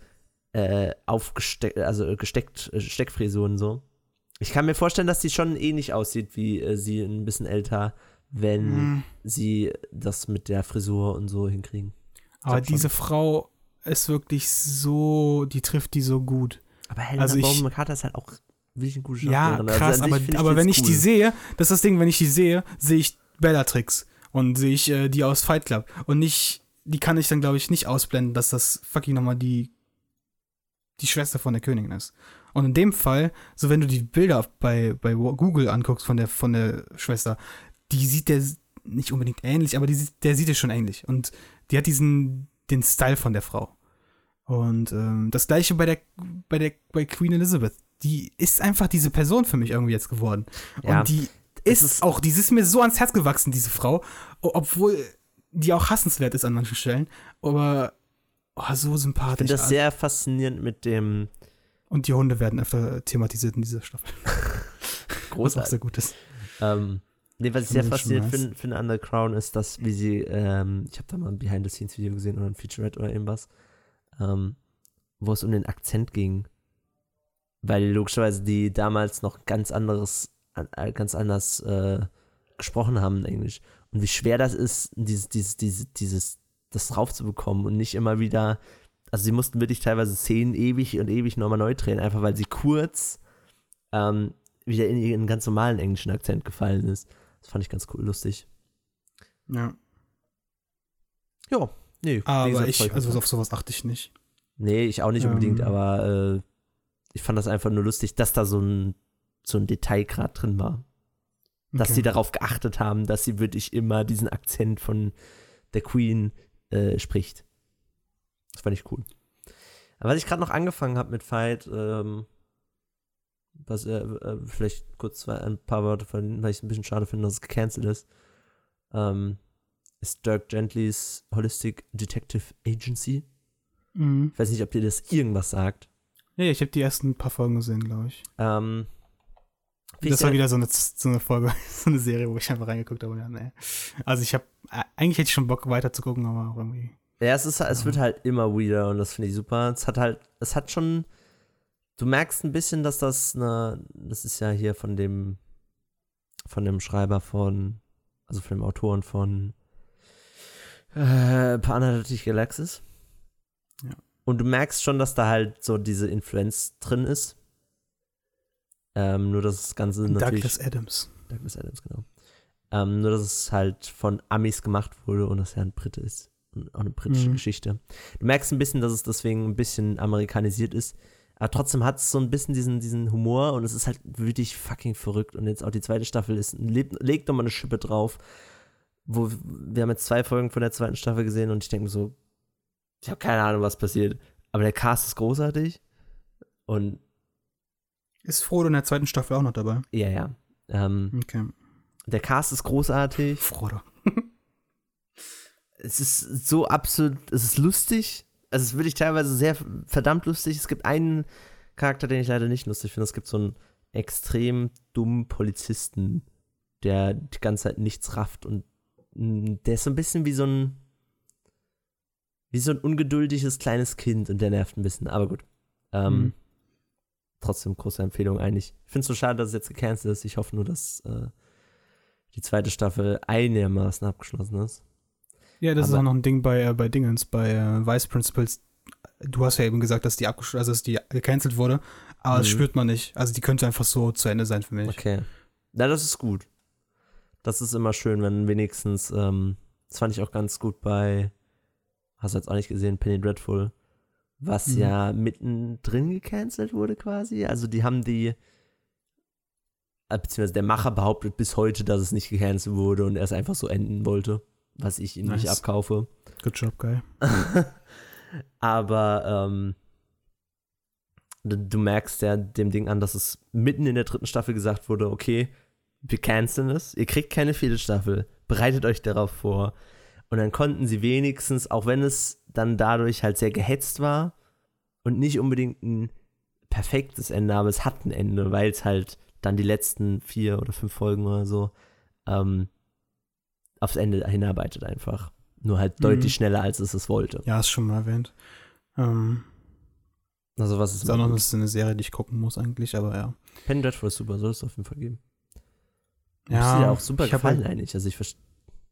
Steckfrisuren so. Ich kann mir vorstellen, dass sie schon ähnlich aussieht wie sie ein bisschen älter, wenn sie das mit der Frisur und so hinkriegen. Aber diese Frau ist wirklich so, die trifft die so gut. Aber Helena Bonham Carter ist halt auch wirklich eine gute Schauspielerin. Ja, krass, also aber wenn ich die sehe, das ist das Ding, wenn ich die sehe ich Bellatrix und sehe ich die aus Fight Club. Und nicht, die kann ich dann, glaube ich, nicht ausblenden, dass das fucking nochmal die Schwester von der Königin ist. Und in dem Fall, so wenn du die Bilder bei Google anguckst von der Schwester, die sieht der nicht unbedingt ähnlich, aber der sieht es schon ähnlich. Und die hat den Style von der Frau. Und das gleiche bei Queen Elizabeth. Die ist einfach diese Person für mich irgendwie jetzt geworden. Ja, und die ist mir so ans Herz gewachsen, diese Frau, obwohl die auch hassenswert ist an manchen Stellen. Aber so sympathisch. Ich finde das sehr faszinierend mit dem. Und die Hunde werden öfter thematisiert in dieser Staffel. Großartig. Was auch sehr gut ist. Was ich sehr faszinierend finde an The Crown ist, dass wie sie, ich habe da mal ein Behind-the-Scenes-Video gesehen oder ein Featurette oder irgendwas, wo es um den Akzent ging. Weil logischerweise die damals noch ganz anders gesprochen haben in Englisch. Und wie schwer das ist, das drauf zu bekommen und nicht immer wieder, also sie mussten wirklich teilweise Szenen ewig nochmal neu drehen, einfach weil sie kurz wieder in ihren ganz normalen englischen Akzent gefallen ist. Das fand ich ganz cool, lustig. Ja. Ja, nee. Aber auf sowas achte ich nicht. Nee, ich auch nicht unbedingt, aber ich fand das einfach nur lustig, dass da so ein Detail gerade drin war. dass sie darauf geachtet haben, dass sie wirklich immer diesen Akzent von der Queen spricht. Das fand ich cool. Aber was ich gerade noch angefangen habe mit Fight, was vielleicht kurz ein paar Worte von, weil ich es ein bisschen schade finde, dass es gecancelt ist, ist Dirk Gentlys Holistic Detective Agency. Mhm. Ich weiß nicht, ob dir das irgendwas sagt. Ja, ich habe die ersten paar Folgen gesehen, glaube ich. Das war wieder so eine Folge, so eine Serie, wo ich einfach reingeguckt habe. Ja, nee. Also eigentlich hätte ich schon Bock weiter zu gucken, aber auch irgendwie. Ja, es wird halt immer weirder und das finde ich super. Es hat schon, du merkst ein bisschen, dass das ist ja hier von dem Schreiber also von dem Autoren von Paranalytic Galaxis. Ja. Und du merkst schon, dass da halt so diese Influenz drin ist. Nur dass das Ganze natürlich... Douglas Adams, genau. Nur dass es halt von Amis gemacht wurde und dass er ein Brite ist. Und auch eine britische Geschichte. Du merkst ein bisschen, dass es deswegen ein bisschen amerikanisiert ist. Aber trotzdem hat es so ein bisschen diesen Humor und es ist halt wirklich fucking verrückt. Und jetzt auch die zweite Staffel legt nochmal eine Schippe drauf. Wir haben jetzt 2 Folgen von der zweiten Staffel gesehen und ich denke mir so, ich habe keine Ahnung, was passiert. Aber der Cast ist großartig. Und ist Frodo in der zweiten Staffel auch noch dabei? Ja. Okay. Der Cast ist großartig. Frodo. Es ist so absurd, es ist lustig. Es ist wirklich teilweise sehr verdammt lustig. Es gibt einen Charakter, den ich leider nicht lustig finde. Es gibt so einen extrem dummen Polizisten, der die ganze Zeit nichts rafft und der ist so ein bisschen wie so ein ungeduldiges kleines Kind und der nervt ein bisschen. Aber gut. Trotzdem große Empfehlung eigentlich. Ich finde es so schade, dass es jetzt gecancelt ist. Ich hoffe nur, dass die zweite Staffel einigermaßen abgeschlossen ist. Ja, das ist auch noch ein Ding bei Vice Principals. Du hast ja eben gesagt, dass dass die gecancelt wurde, aber das spürt man nicht. Also die könnte einfach so zu Ende sein für mich. Okay. Na, das ist gut. Das ist immer schön, wenn wenigstens, das fand ich auch ganz gut bei, hast du jetzt auch nicht gesehen, Penny Dreadful, was ja mittendrin gecancelt wurde quasi. Also die haben beziehungsweise der Macher behauptet bis heute, dass es nicht gecancelt wurde und er es einfach so enden wollte, was ich ihm nicht abkaufe. Good job, guy. Aber du merkst ja dem Ding an, dass es mitten in der 3. Staffel gesagt wurde, okay, wir canceln es, ihr kriegt keine 4. Staffel, bereitet euch darauf vor. Und dann konnten sie wenigstens, auch wenn es dann dadurch halt sehr gehetzt war und nicht unbedingt ein perfektes Ende, aber es hat ein Ende, weil es halt dann die letzten 4 oder 5 Folgen oder so aufs Ende hinarbeitet einfach. Nur halt deutlich schneller, als es wollte. Ja, ist schon mal erwähnt. Also was ist auch noch eine Serie, die ich gucken muss eigentlich, aber ja. Penny Dreadful ist super, soll es auf jeden Fall geben. Ja. Ist dir auch super gefallen eigentlich. Also ich verstehe.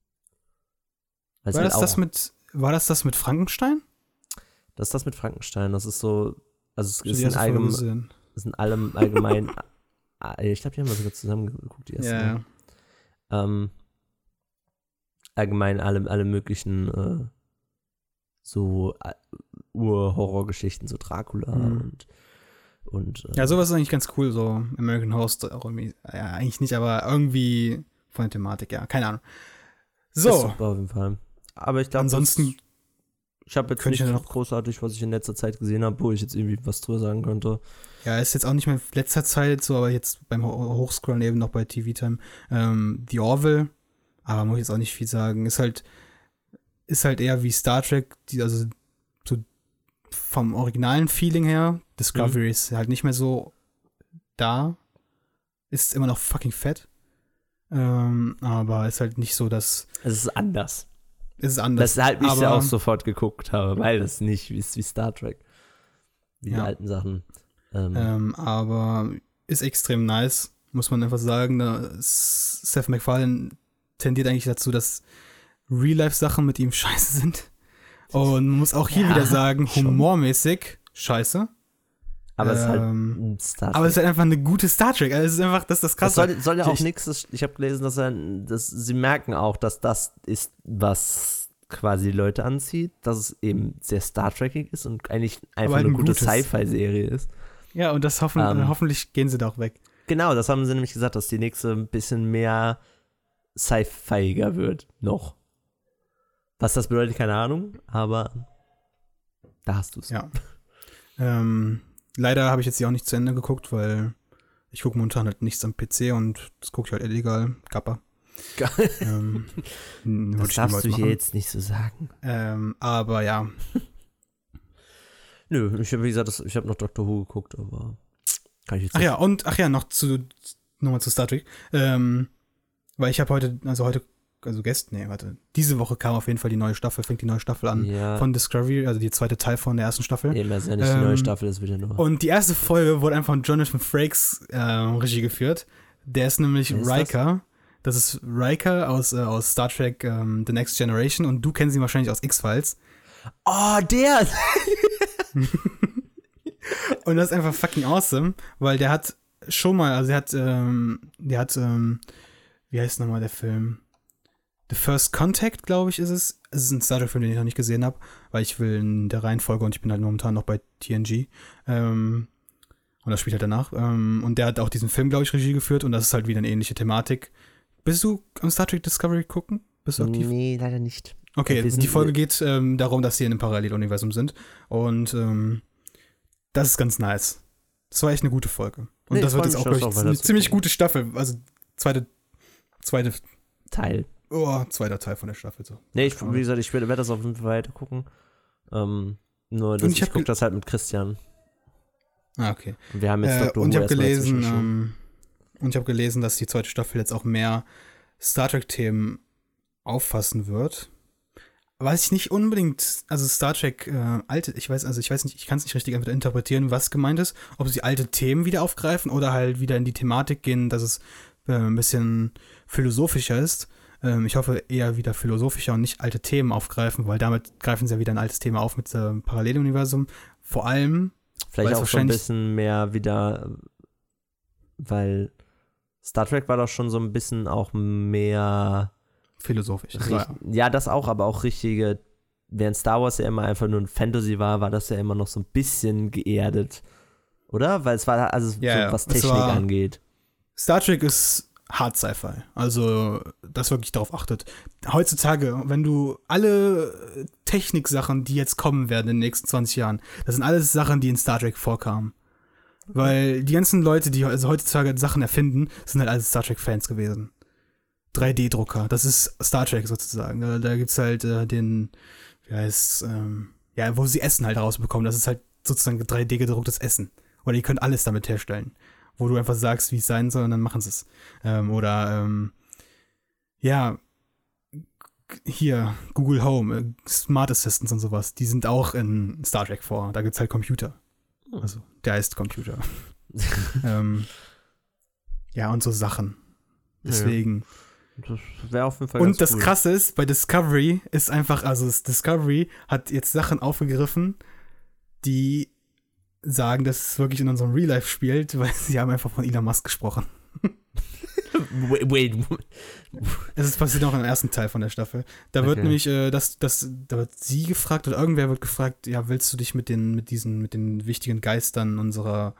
War das mit Frankenstein? Das ist das mit Frankenstein. Das ist so, also es sind allem allgemein. Ich glaube, die haben wir sogar zusammen geguckt, die ersten. Ja. Allgemein alle möglichen so Ur-Horrorgeschichten, so Dracula und ja, sowas ist eigentlich ganz cool, so American Horror Story, irgendwie, ja, eigentlich nicht, aber irgendwie von der Thematik, ja, keine Ahnung. So. Das ist super auf jeden Fall. Aber ich glaube, ansonsten ich habe jetzt nicht noch großartig, was ich in letzter Zeit gesehen habe, wo ich jetzt irgendwie was drüber sagen könnte. Ja, ist jetzt auch nicht mehr in letzter Zeit so, aber jetzt beim Hochscrollen eben noch bei TV Time. The Orville, aber muss ich jetzt auch nicht viel sagen. Ist halt eher wie Star Trek, also so vom originalen Feeling her. Discovery ist halt nicht mehr so da. Ist immer noch fucking fett. Aber ist halt nicht so, dass... Es ist anders. Es ist anders. Weshalb ich ja auch sofort geguckt habe, weil das nicht ist wie Star Trek. Wie die alten Sachen. Aber ist extrem nice, muss man einfach sagen. Seth MacFarlane tendiert eigentlich dazu, dass Real-Life-Sachen mit ihm scheiße sind. Und man muss auch hier wieder sagen, humormäßig scheiße. Aber es ist halt ein Star Trek. Aber es ist halt einfach eine gute Star Trek. Also es ist einfach, das ist das Krasse. Das soll ja auch nichts, ich habe gelesen, dass sie merken auch, dass das ist, was quasi die Leute anzieht, dass es eben sehr Star Trekig ist und eigentlich einfach eine gute Sci-Fi-Serie ist. Ja, und das hoffentlich gehen sie da auch weg. Genau, das haben sie nämlich gesagt, dass die nächste ein bisschen mehr sci-fiiger wird. Noch. Was das bedeutet, keine Ahnung, aber da hast du es. Ja. Leider habe ich jetzt die auch nicht zu Ende geguckt, weil ich gucke momentan halt nichts am PC und das gucke ich halt illegal. Kappa. Das darfst du hier jetzt nicht so sagen. Aber ja. Nö, ich habe, wie gesagt, ich habe noch Doctor Who geguckt, aber kann ich jetzt nicht. Nochmal zu Star Trek. Weil ich habe diese Woche kam auf jeden Fall fängt die neue Staffel an von Discovery, also die zweite Teil von der ersten Staffel. Eben, das ist ja nicht die neue Staffel, das wird ja nur. Und die erste Folge wurde einfach von Jonathan Frakes Regie geführt. Der ist nämlich Riker. Das ist Riker aus Star Trek The Next Generation und du kennst ihn wahrscheinlich aus X-Files. Oh, der! Und das ist einfach fucking awesome, weil der hat schon mal, also wie heißt nochmal der Film? The First Contact, glaube ich, ist es. Es ist ein Star Trek-Film, den ich noch nicht gesehen habe, weil ich will in der Reihenfolge und ich bin halt momentan noch bei TNG. Und das spielt halt danach. Und der hat auch diesen Film, glaube ich, Regie geführt und das ist halt wieder eine ähnliche Thematik. Bist du am Star Trek Discovery gucken? Bist du aktiv? Nee, leider nicht. Okay, die Folge geht darum, dass sie in einem Paralleluniversum sind. Und das ist ganz nice. Das war echt eine gute Folge. Und das wird jetzt auch, glaube ich, eine ziemlich gute Staffel. Also zweite Teil. Zweiter Teil von der Staffel. So. Nee, wie gesagt, ich werde das auf jeden Fall weiter gucken. Nur, dass ich gucke das halt mit Christian. Ah, okay. Und wir haben jetzt Dr. Who und ich habe gelesen, dass die zweite Staffel jetzt auch mehr Star Trek-Themen auffassen wird. Weiß ich nicht unbedingt, also Star Trek ich weiß nicht, ich kann es nicht richtig einfach interpretieren, was gemeint ist, ob sie alte Themen wieder aufgreifen oder halt wieder in die Thematik gehen, dass es ein bisschen philosophischer ist. Ich hoffe eher wieder philosophischer und nicht alte Themen aufgreifen, weil damit greifen sie ja wieder ein altes Thema auf mit Paralleluniversum. Vor allem vielleicht auch so ein bisschen mehr wieder, weil Star Trek war doch schon so ein bisschen auch mehr philosophisch. Ja, das auch, aber auch richtige, während Star Wars ja immer einfach nur ein Fantasy war das ja immer noch so ein bisschen geerdet, oder? Weil es war, also was Technik angeht. Star Trek ist hart Sci-Fi, also das wirklich darauf achtet. Heutzutage, wenn du alle Techniksachen, die jetzt kommen werden in den nächsten 20 Jahren, das sind alles Sachen, die in Star Trek vorkamen. Weil die ganzen Leute, die also heutzutage Sachen erfinden, sind halt alles Star Trek-Fans gewesen. 3D-Drucker, das ist Star Trek sozusagen. Da gibt's halt wo sie Essen halt rausbekommen. Das ist halt sozusagen 3D-gedrucktes Essen. Oder ihr könnt alles damit herstellen. Wo du einfach sagst, wie es sein soll und dann machen sie es. Hier, Google Home, Smart Assistants und sowas, die sind auch in Star Trek vor. Da gibt's halt Computer. Also, der heißt Computer. Und so Sachen. Deswegen. Das wäre auf jeden Fall und das Krasse ist, bei Discovery ist einfach, also Discovery hat jetzt Sachen aufgegriffen, die sagen, dass es wirklich in unserem Real Life spielt, weil sie haben einfach von Elon Musk gesprochen. Wait. Es ist passiert auch im ersten Teil von der Staffel. Da wird nämlich, da wird sie gefragt oder irgendwer wird gefragt, ja, willst du dich mit den wichtigen Geistern mit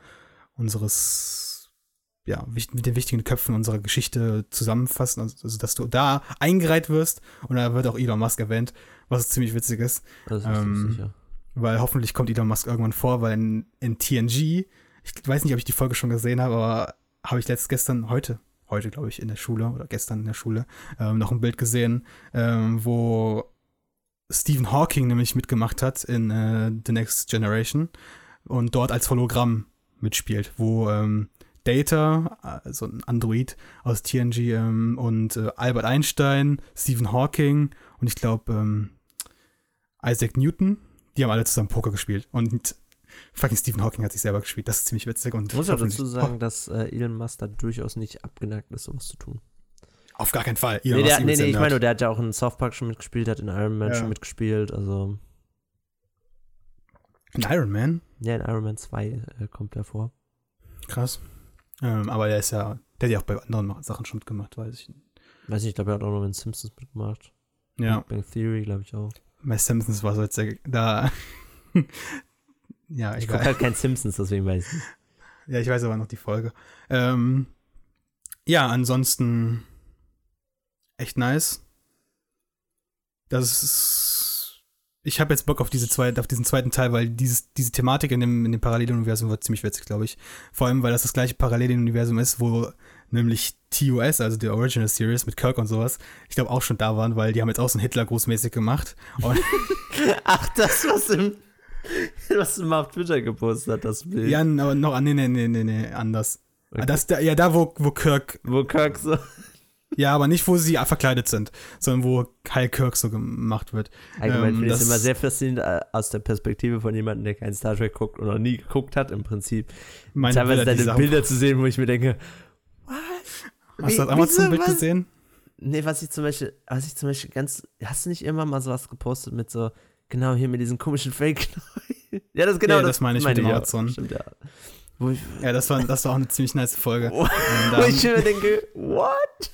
den wichtigen Köpfen unserer Geschichte zusammenfassen, also dass du da eingereiht wirst und da wird auch Elon Musk erwähnt, was ziemlich witzig ist. Das ist sicher. Weil hoffentlich kommt Elon Musk irgendwann vor, weil in TNG, ich weiß nicht, ob ich die Folge schon gesehen habe, aber habe ich heute glaube ich in der Schule oder gestern in der Schule noch ein Bild gesehen, wo Stephen Hawking nämlich mitgemacht hat in The Next Generation und dort als Hologramm mitspielt, wo Data, so ein Android aus TNG und Albert Einstein, Stephen Hawking und ich glaube Isaac Newton, die haben alle zusammen Poker gespielt und fucking Stephen Hawking hat sich selber gespielt. Das ist ziemlich witzig. Und ich muss ja dazu sagen, dass Elon Musk da durchaus nicht abgeneigt ist, sowas zu tun. Auf gar keinen Fall. Ich meine nur, der hat ja auch in South Park schon mitgespielt, hat in Iron Man schon mitgespielt, also. In Iron Man? Ja, in Iron Man 2 kommt er vor. Krass. Aber der hat ja auch bei anderen Sachen schon mitgemacht, weiß ich nicht. Ich glaube, er hat auch noch in Simpsons mitgemacht. Ja. Big Bang Theory, glaube ich auch. Bei Simpsons war so jetzt da. Ja, ich gucke halt kein Simpsons, deswegen weiß ich nicht. Ja, ich weiß aber noch die Folge. Ja, ansonsten echt nice. Ich habe jetzt Bock auf diesen zweiten Teil, weil diese Thematik in dem Paralleluniversum wird ziemlich witzig, glaube ich. Vor allem, weil das gleiche Paralleluniversum ist, wo nämlich TOS, also die Original Series mit Kirk und sowas, ich glaube auch schon da waren, weil die haben jetzt auch so einen Hitler großmäßig gemacht. Ach, das, was du mal auf Twitter gepostet hast, das Bild. Ja, aber noch, nee, anders. Okay. Da, wo Kirk. Wo Kirk so. Ja, aber nicht, wo sie verkleidet sind, sondern wo Kyle Kirk so gemacht wird. Allgemein finde ich es immer sehr faszinierend aus der Perspektive von jemandem, der keinen Star Trek guckt oder nie geguckt hat, im Prinzip. Teilweise deine Bilder zu sehen, wo ich mir denke, was? Hast du das Amazon-Bild gesehen? Nee, was ich zum Beispiel hast du nicht immer mal sowas gepostet mit so, genau hier mit diesen komischen Fake-Knäuel? Ja, das meine ich mit dem Amazon. Stimmt, ja. Das war auch eine ziemlich nice Folge. Wo ich mir denke, what?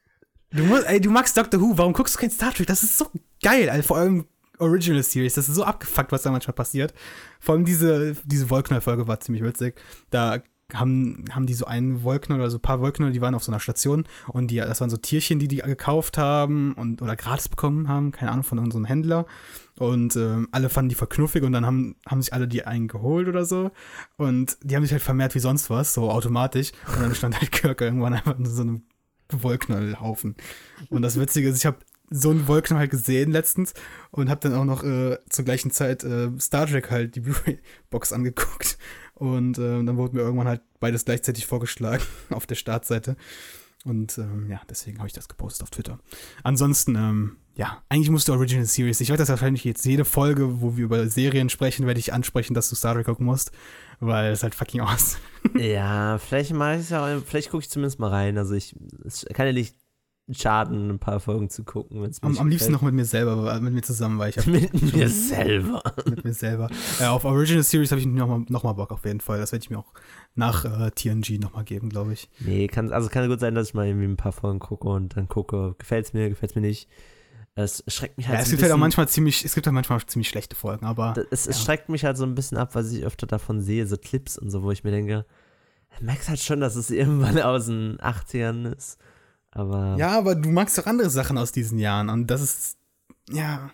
Du magst Doctor Who, warum guckst du kein Star Trek? Das ist so geil, Alter. Vor allem Original Series, das ist so abgefuckt, was da manchmal passiert. Vor allem diese Wollknäuel-Folge war ziemlich witzig. Da haben die so einen Wollknäuel oder so ein paar Wollknäuel, die waren auf so einer Station und das waren so Tierchen, die gekauft haben oder gratis bekommen haben, keine Ahnung, von unserem Händler. Und alle fanden die voll knuffig und dann haben sich alle die einen geholt oder so. Und die haben sich halt vermehrt wie sonst was, so automatisch. Und dann stand halt Kirk irgendwann einfach in so einem Wollknäuelhaufen. Und das Witzige ist, ich habe so einen Wollknäuel halt gesehen letztens und habe dann auch noch zur gleichen Zeit Star Trek halt die Blu-ray-Box angeguckt. Und dann wurde mir irgendwann halt beides gleichzeitig vorgeschlagen auf der Startseite. Und deswegen habe ich das gepostet auf Twitter. Ansonsten, eigentlich musst du Original Series. Ich werde das wahrscheinlich jetzt jede Folge, wo wir über Serien sprechen, werde ich ansprechen, dass du Star Trek gucken musst, weil es halt fucking aus. Ja, vielleicht gucke ich zumindest mal rein. Also es kann ja nicht schaden, ein paar Folgen zu gucken, wenn es mir am liebsten noch mit mir selber, mit mir zusammen, weil ich habe mit mir selber. Auf Original Series habe ich noch mal Bock auf jeden Fall. Das werde ich mir auch nach TNG noch mal geben, glaube ich. Nee, kann gut sein, dass ich mal irgendwie ein paar Folgen gucke und dann gucke, gefällt's mir nicht. Es schreckt mich halt es gibt halt manchmal ziemlich schlechte Folgen, aber es schreckt mich halt so ein bisschen ab, was ich öfter davon sehe, so Clips und so, wo ich mir denke, du merkst halt schon, dass es irgendwann aus den 80ern ist. Aber du magst doch andere Sachen aus diesen Jahren und das ist, Ja,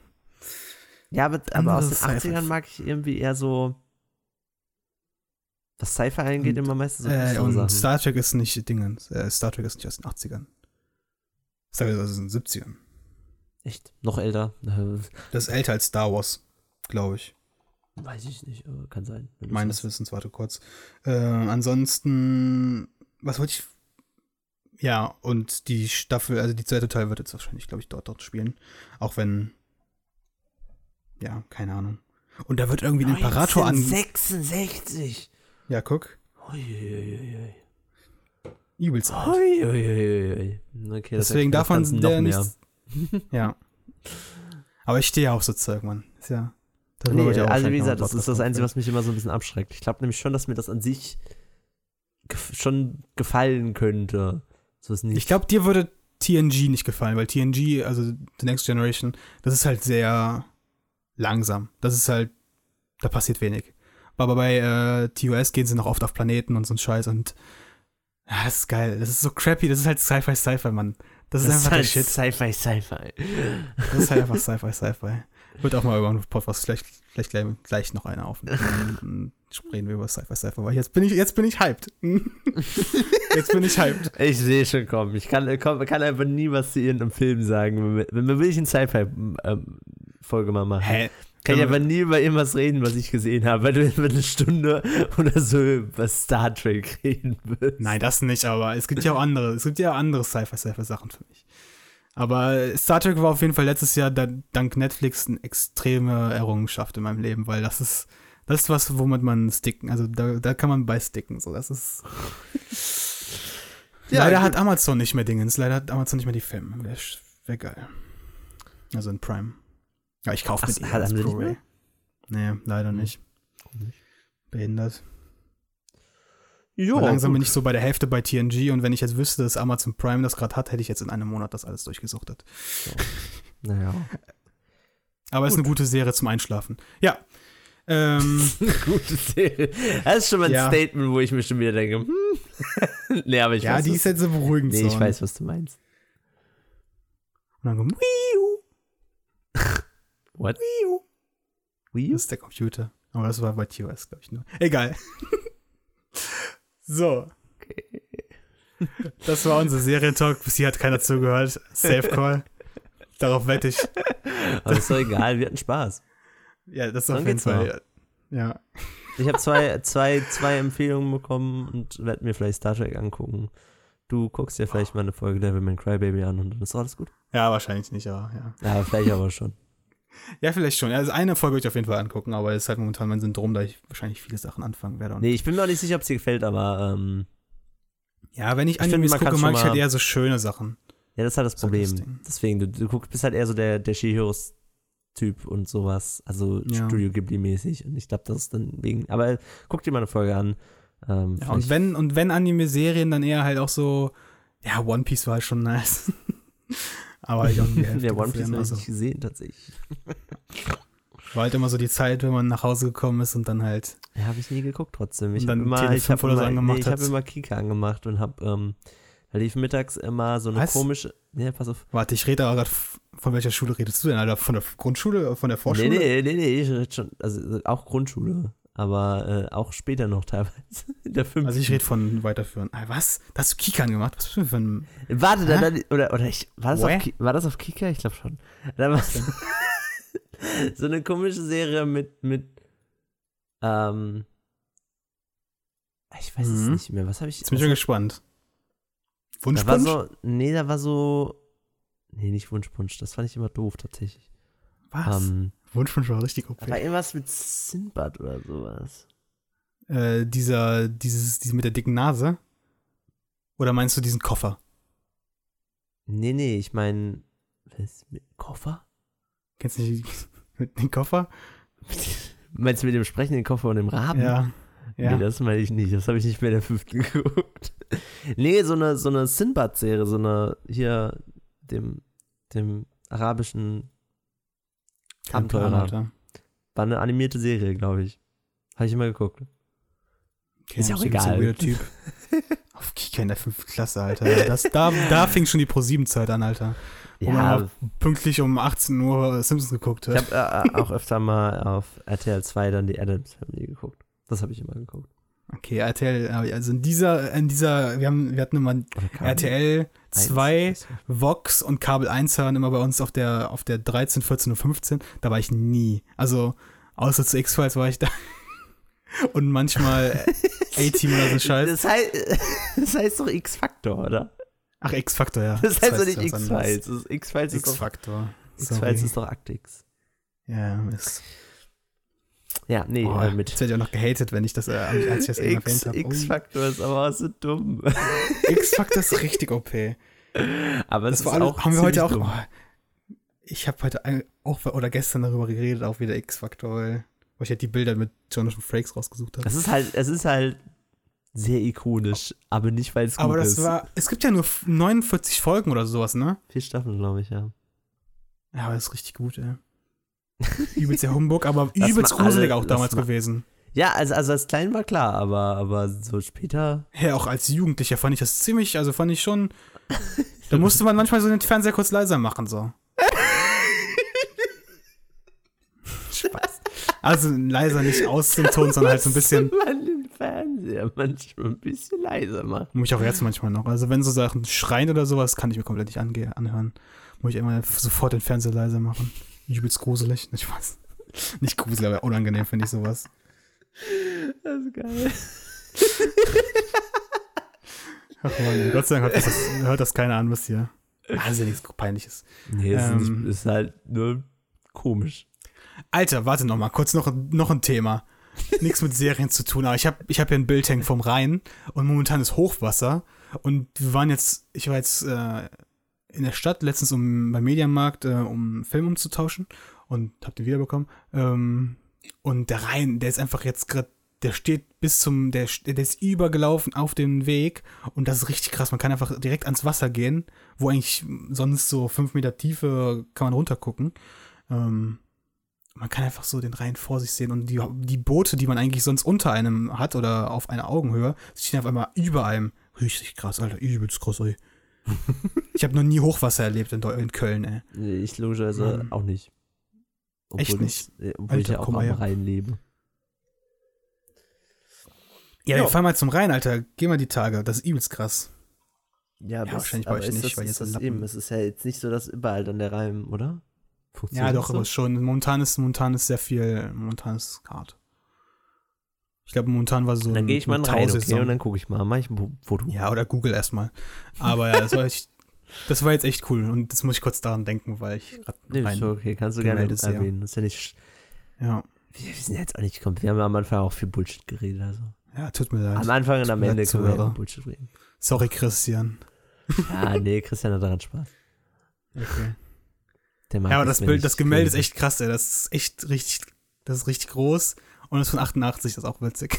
aber aus den 80ern mag ich irgendwie eher so, was Sci-Fi angeht, immer meistens so und Sachen. Star Trek ist nicht Star Trek ist nicht aus den 80ern. Star Trek ist aus den 70ern. Echt? Noch älter? Das ist älter als Star Wars, glaube ich. Weiß ich nicht, aber kann sein. Meines Wissens, warte kurz. Ansonsten, was wollte ich... Ja, und die Staffel, also die zweite Teil wird jetzt wahrscheinlich, glaube ich, dort spielen. Auch wenn, keine Ahnung. Und da wird irgendwie ein Imperator 1966! Ja, guck. Uiuiui. Übelst alt. Uiuiui. Okay, deswegen davon noch mehr. Ja. Aber ich stehe ja auf so Zeug, Mann. Ist ja... also wie gesagt, das ist das Einzige, was mich immer so ein bisschen abschreckt. Ich glaube nämlich schon, dass mir das an sich schon gefallen könnte. So ist nicht. Ich glaube, dir würde TNG nicht gefallen, weil TNG, also The Next Generation, das ist halt sehr langsam. Das ist halt, da passiert wenig. Aber bei TOS gehen sie noch oft auf Planeten und so ein Scheiß und das ist geil. Das ist so crappy, das ist halt Sci-Fi, Mann. Das ist einfach halt der Shit. Sci-Fi. Das ist halt einfach Sci-Fi. Wird auch mal über einen Podcast vielleicht gleich noch einer aufnehmen. Reden wir über Sci-Fi, weil jetzt bin ich hyped. Jetzt bin ich hyped. Ich sehe schon kommen. Ich kann einfach nie was zu irgendeinem Film sagen. Wenn wir wirklich eine Sci-Fi-Folge mal machen. Hä? Kann ich aber nie über irgendwas reden, was ich gesehen habe, weil du über eine Stunde oder so über Star Trek reden willst. Nein, das nicht, aber es gibt ja auch andere Sci-Fi-Sachen für mich. Aber Star Trek war auf jeden Fall letztes Jahr dank Netflix eine extreme Errungenschaft in meinem Leben, weil das ist was, womit man sticken, also da kann man bei sticken, so, das ist leider hat Amazon nicht mehr Dingens, leider hat Amazon nicht mehr die Filme, wäre geil. Also in Prime. Ja, ich kaufe mit ihr als Blu-ray. Nee, leider nicht. Behindert. Jo, langsam bin ich so bei der Hälfte bei TNG und wenn ich jetzt wüsste, dass Amazon Prime das gerade hat, hätte ich jetzt in einem Monat das alles durchgesuchtet. So. Naja. Aber es ist eine gute Serie zum Einschlafen. Ja. Gute Serie. Das ist schon mal ein Statement, wo ich mir schon wieder denke, nee, aber ich weiß. Ja, die ist jetzt so beruhigend. Nee, ich weiß, was du meinst. Und dann kommt Wii U. What? Wii U. Wii U? Das ist der Computer. Aber das war bei TOS, glaube ich, nur. Egal. So. Okay. Das war unser Serientalk. Bis hier hat keiner zugehört. Safe Call. Darauf wette ich. Aber ist doch egal, wir hatten Spaß. Ja, das ist auf jeden Fall. Ja. Ich habe zwei Empfehlungen bekommen und werde mir vielleicht Star Trek angucken. Du guckst dir vielleicht mal eine Folge Devilman Crybaby an und dann ist alles gut. Ja, wahrscheinlich nicht, aber ja. Ja, vielleicht aber schon. Ja, vielleicht schon. Also eine Folge würde ich auf jeden Fall angucken, aber es ist halt momentan mein Syndrom, da ich wahrscheinlich viele Sachen anfangen werde. Nee, ich bin mir auch nicht sicher, ob es dir gefällt, aber ja, wenn ich Animes gucke, mag ich halt eher so schöne Sachen. Ja, das ist halt das Problem. Deswegen, du bist halt eher so der Shihiros-Typ und sowas. Also Studio Ghibli-mäßig. Und ich glaube, das ist dann wegen. Aber guck dir mal eine Folge an. Ja, und wenn Anime-Serien, dann eher halt auch so. Ja, One Piece war halt schon nice. Aber ich auch die Hälfte. Der One Piece habe ich nicht gesehen, tatsächlich. War halt immer so die Zeit, wenn man nach Hause gekommen ist und dann halt. Ja, habe ich nie geguckt trotzdem. Ich habe immer Kika angemacht und habe da lief mittags immer so eine komische. Nee, pass auf. Warte, ich rede aber gerade. Von welcher Schule redest du denn, Alter? Von der Grundschule? Von der Vorschule? Nee, ich rede schon. Also auch Grundschule. Aber auch später noch teilweise. In der 5. Also ich rede von weiterführen. Was? Da hast du Kika angemacht? Was bist du für ein. Warte, war das auf Kika? Ich glaube schon. Da war so eine komische Serie mit ich weiß es nicht mehr. Was habe ich. Jetzt bin ich schon gespannt. Wunschpunsch? Da war so. Nee, nicht Wunschpunsch. Das fand ich immer doof, tatsächlich. Was? Wunschpunsch war richtig okay. Da war irgendwas mit Sinbad oder sowas. Dieses mit der dicken Nase? Oder meinst du diesen Koffer? Nee, ich meine. Was? Mit Koffer? Kennst du nicht mit dem Koffer? Meinst du mit dem sprechenden Koffer und dem Raben? Ja. Nee, das meine ich nicht. Das habe ich nicht mehr in der 5. geguckt. Nee, so eine Sinbad-Serie, so eine, hier, dem arabischen Abenteurer. War eine animierte Serie, glaube ich. Habe ich immer geguckt. Okay, ist ja auch egal. So ein Typ. Auf Kika in der 5. Klasse, Alter. Da fing schon die Pro7-Zeit an, Alter. Wo man pünktlich um 18 Uhr Simpsons geguckt hat. Ich habe auch öfter mal auf RTL 2 dann die Addams Family geguckt. Das habe ich immer geguckt. Okay, RTL, also in dieser, wir hatten immer RTL 2, Vox und Kabel 1 waren immer bei uns auf der 13, 14 und 15. Da war ich nie. Also, außer zu X-Files war ich da. Und manchmal A-Team oder so Scheiß. Das heißt doch X-Factor, oder? Ach, X-Factor, ja. Das heißt doch nicht X-Files. X-Files ist X-Factor. X-Files ist doch Aktix. Ja, ist. Ja, nee, Jetzt werde ich auch noch gehatet, wenn ich das, als ich das eben erwähnt habe. X-Factor ist aber auch so dumm. X-Factor ist richtig OP. Aber das war auch, haben wir heute auch. Ich habe heute auch oder gestern darüber geredet, auch wieder X-Factor, weil ich halt die Bilder mit Jonathan Frakes rausgesucht habe. Es ist halt sehr ikonisch, aber nicht, weil es gut ist. Aber es gibt ja nur 49 Folgen oder sowas, ne? 4 Staffeln, glaube ich, ja. Ja, aber das ist richtig gut, ey. Übelst der Humbug, aber übelst gruselig auch damals gewesen. Ja, also als Klein war klar, aber so später. Ja, auch als Jugendlicher fand ich das fand ich schon. Da musste man manchmal so den Fernseher kurz leiser machen, so. Spaß. Also leiser nicht aus dem Ton, sondern halt so ein bisschen. Man den Fernseher manchmal ein bisschen leiser machen. Muss ich auch jetzt manchmal noch. Also wenn so Sachen schreien oder sowas, kann ich mir komplett nicht anhören. Muss ich immer sofort den Fernseher leiser machen. Übelst gruselig. Ich weiß. Nicht gruselig, aber unangenehm finde ich sowas. Das ist geil. Ach man, Gott sei Dank hört das keiner an, was hier. Das ist ja nichts Peinliches. Nee, ist halt nur komisch. Alter, warte noch mal, kurz noch ein Thema. Nichts mit Serien zu tun, aber ich hab hier ein Bild hängen vom Rhein und momentan ist Hochwasser und ich war jetzt in der Stadt letztens beim Mediamarkt, um Film umzutauschen und hab den wiederbekommen. Und der Rhein, der ist einfach jetzt gerade, der steht der ist übergelaufen auf den Weg und das ist richtig krass. Man kann einfach direkt ans Wasser gehen, wo eigentlich sonst so 5 Meter Tiefe kann man runtergucken. man kann einfach so den Rhein vor sich sehen und die Boote, die man eigentlich sonst unter einem hat oder auf einer Augenhöhe, stehen auf einmal über einem. Richtig krass, Alter, übelst krass, ey. Ich habe noch nie Hochwasser erlebt in Köln, ey. Nee, ich logischerweise auch nicht. Obwohl echt nicht? Obwohl ich ja auch am Rhein lebe. Ja, wir fahren mal zum Rhein, Alter. Geh mal die Tage, das ist übelst krass. Ja, wahrscheinlich bei euch nicht, weil jetzt das eben. Es ist ja jetzt nicht so, dass überall dann der Rhein, oder? Ja, doch, aber schon. Momentan ist sehr viel, momentan ist hart. Ich glaube, momentan war so dann gehe ich mal rein, okay, und dann gucke ich mal, mache ich ein Foto. Ja, oder Google erstmal. Aber ja, das war jetzt echt cool und das muss ich kurz daran denken, weil ich gerade ist okay, kannst du gerne erwähnen. Das ist ja nicht. Ja. Wir sind jetzt auch nicht komplett. Wir haben am Anfang auch viel Bullshit geredet, also. Ja, tut mir leid. Am Anfang und am Ende können wir auch Bullshit reden. Sorry, Christian. Ja, nee, Christian hat daran Spaß. Okay. Ja, aber das Gemälde ist echt krass, ey. Das ist richtig groß und ist von 88, das ist auch witzig.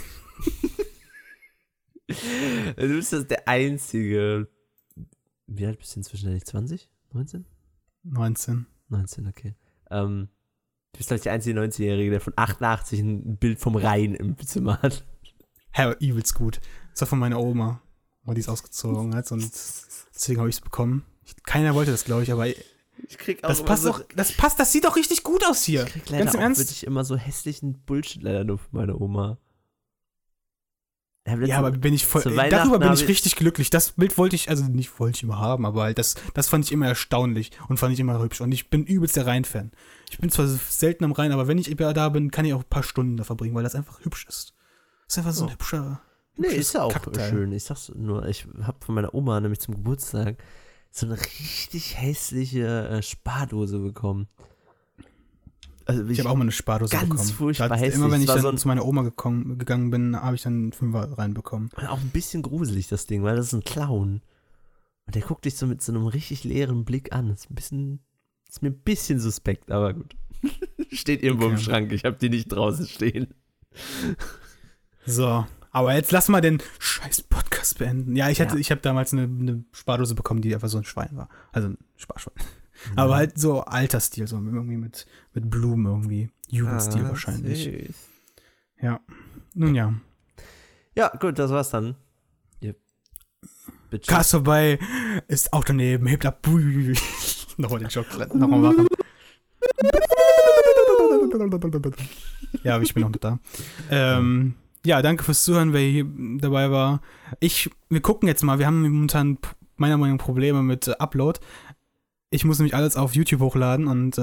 Du bist das der Einzige. Wie alt bist du inzwischen eigentlich? 20? 19? 19. 19, okay. Du bist, glaube ich, der einzige 19-Jährige, der von 88 ein Bild vom Rhein im Zimmer hat. Ja, übelst gut. Das war von meiner Oma, weil die es ausgezogen hat und deswegen habe ich es bekommen. Keiner wollte das, glaube ich, aber ich krieg auch das sieht doch richtig gut aus hier. Ich krieg leider ganz im Ernst wirklich immer so hässlichen Bullshit leider nur von meiner Oma. Ja, aber darüber bin ich richtig glücklich. Das Bild wollte ich immer haben, aber halt das fand ich immer erstaunlich und fand ich immer hübsch. Und ich bin übelst der Rhein-Fan. Ich bin zwar selten am Rhein, aber wenn ich da bin, kann ich auch ein paar Stunden da verbringen, weil das einfach hübsch ist. Das ist einfach so ein hübscher Nee, ist ja auch Kackteil. Schön. Ich sag's nur, ich habe von meiner Oma nämlich zum Geburtstag so eine richtig hässliche Spardose bekommen. Also ich habe auch mal eine Spardose bekommen. Ganz furchtbar hässlich. Immer wenn ich dann zu meiner Oma gegangen bin, habe ich dann einen Fünfer reinbekommen. Und auch ein bisschen gruselig, das Ding, weil das ist ein Clown. Und der guckt dich so mit so einem richtig leeren Blick an. Das ist mir ein bisschen suspekt, aber gut. Steht irgendwo im Schrank, ich habe die nicht draußen stehen. So, aber jetzt lass mal den scheiß Podcast beenden. Ja, ich habe damals eine Spardose bekommen, die einfach so ein Schwein war. Also ein Sparschwein. Mhm. Aber halt so Altersstil, so irgendwie mit Blumen irgendwie. Jugendstil wahrscheinlich. Süß. Ja. Nun ja. Ja, gut, das war's dann. Cast vorbei ist auch daneben. Hebt ab. Nochmal den Joke. Nochmal machen. Ja, ich bin noch da. Ja, danke fürs Zuhören, wer hier dabei war. Wir gucken jetzt mal. Wir haben momentan meiner Meinung nach Probleme mit Upload. Ich muss nämlich alles auf YouTube hochladen und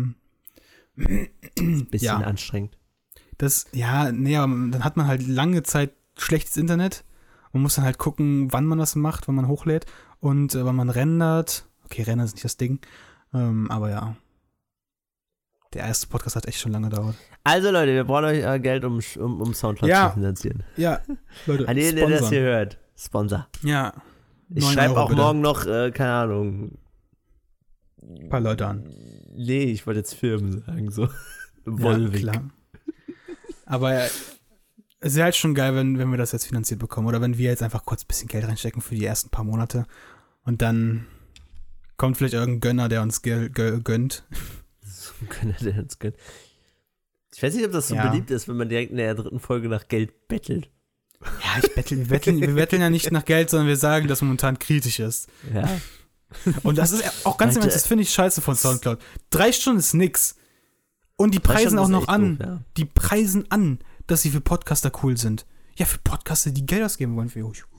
bisschen anstrengend. Aber dann hat man halt lange Zeit schlechtes Internet und muss dann halt gucken, wann man das macht, wann man hochlädt und wann man rendert. Okay, Render ist nicht das Ding, aber ja. Der erste Podcast hat echt schon lange gedauert. Also Leute, wir brauchen euch Geld, um Soundcloud zu finanzieren. Ja, Leute, an jeden, der das hier hört, Sponsor. Ja. Ich schreibe auch morgen noch, keine Ahnung, ein paar Leute an. Nee, ich wollte jetzt Firmen sagen, so. Volvic. Ja, klar. Aber es wäre halt schon geil, wenn wir das jetzt finanziert bekommen. Oder wenn wir jetzt einfach kurz ein bisschen Geld reinstecken für die ersten paar Monate. Und dann kommt vielleicht irgendein Gönner, der uns gönnt. Gönner, der uns gönnt. Ich weiß nicht, ob das so beliebt ist, wenn man direkt in der 3. Folge nach Geld bettelt. Ja, wir betteln ja nicht nach Geld, sondern wir sagen, dass momentan kritisch ist. Ja. Und das ist auch ganz im Ernst, das finde ich scheiße von Soundcloud. 3 Stunden ist nix. Und die preisen auch noch an. Doof, ja. Die preisen an, dass sie für Podcaster cool sind. Ja, für Podcaster, die Geld ausgeben wollen für euch.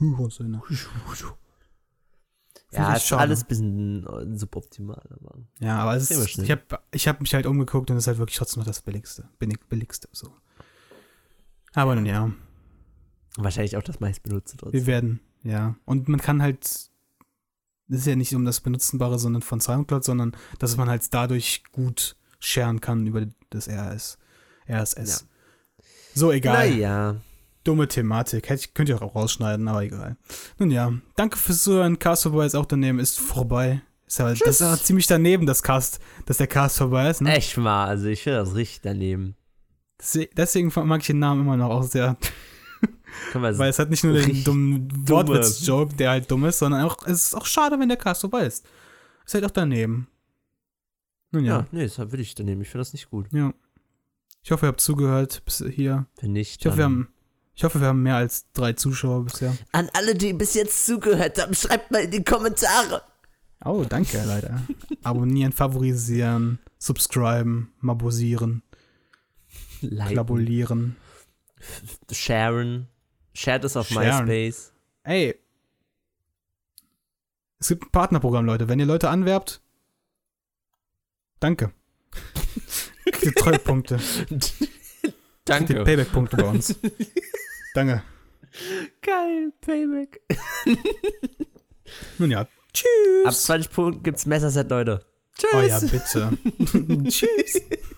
Ja, ist alles ein bisschen suboptimal. Aber ja, aber ich hab mich halt umgeguckt und es ist halt wirklich trotzdem noch das Billigste. So. Aber nun ja. Wahrscheinlich auch das meistbenutzte trotzdem. Wir werden, ja. Und man kann halt, das ist ja nicht um das Benutzenbare, sondern von Soundcloud, sondern dass man halt dadurch gut sharen kann über das RSS. Ja. So, egal. Naja. Dumme Thematik. Könnt ihr auch rausschneiden, aber egal. Nun ja, danke fürs Zuhören. Cast vorbei ist auch daneben, ist vorbei. Das ist aber ziemlich daneben, dass der Cast vorbei ist. Ne? Echt mal, also ich finde das richtig daneben. Deswegen mag ich den Namen immer noch auch sehr. Weil es hat nicht nur den dummen Wortwitz-Joke, der halt dumm ist, sondern auch, es ist auch schade, wenn der Cast vorbei ist. Ist halt auch daneben. Nun ja. Nee, das will ich daneben. Ich finde das nicht gut. Ja. Ich hoffe, ihr habt zugehört bis hier. Wenn nicht, ich hoffe, wir haben mehr als 3 Zuschauer bisher. An alle, die bis jetzt zugehört haben, schreibt mal in die Kommentare. Oh, danke, leider. Abonnieren, favorisieren, subscriben, mabosieren, klabulieren. Share das auf MySpace. Ey, es gibt ein Partnerprogramm, Leute. Wenn ihr Leute anwerbt, danke. Kriegt ihr Treuepunkte. Danke. Kriegt ihr Payback-Punkte bei uns. Danke. Geil, Payback. Nun ja, tschüss. Ab 20 Punkten gibt's Messerset, Leute. Tschüss. Oh ja, bitte. Tschüss.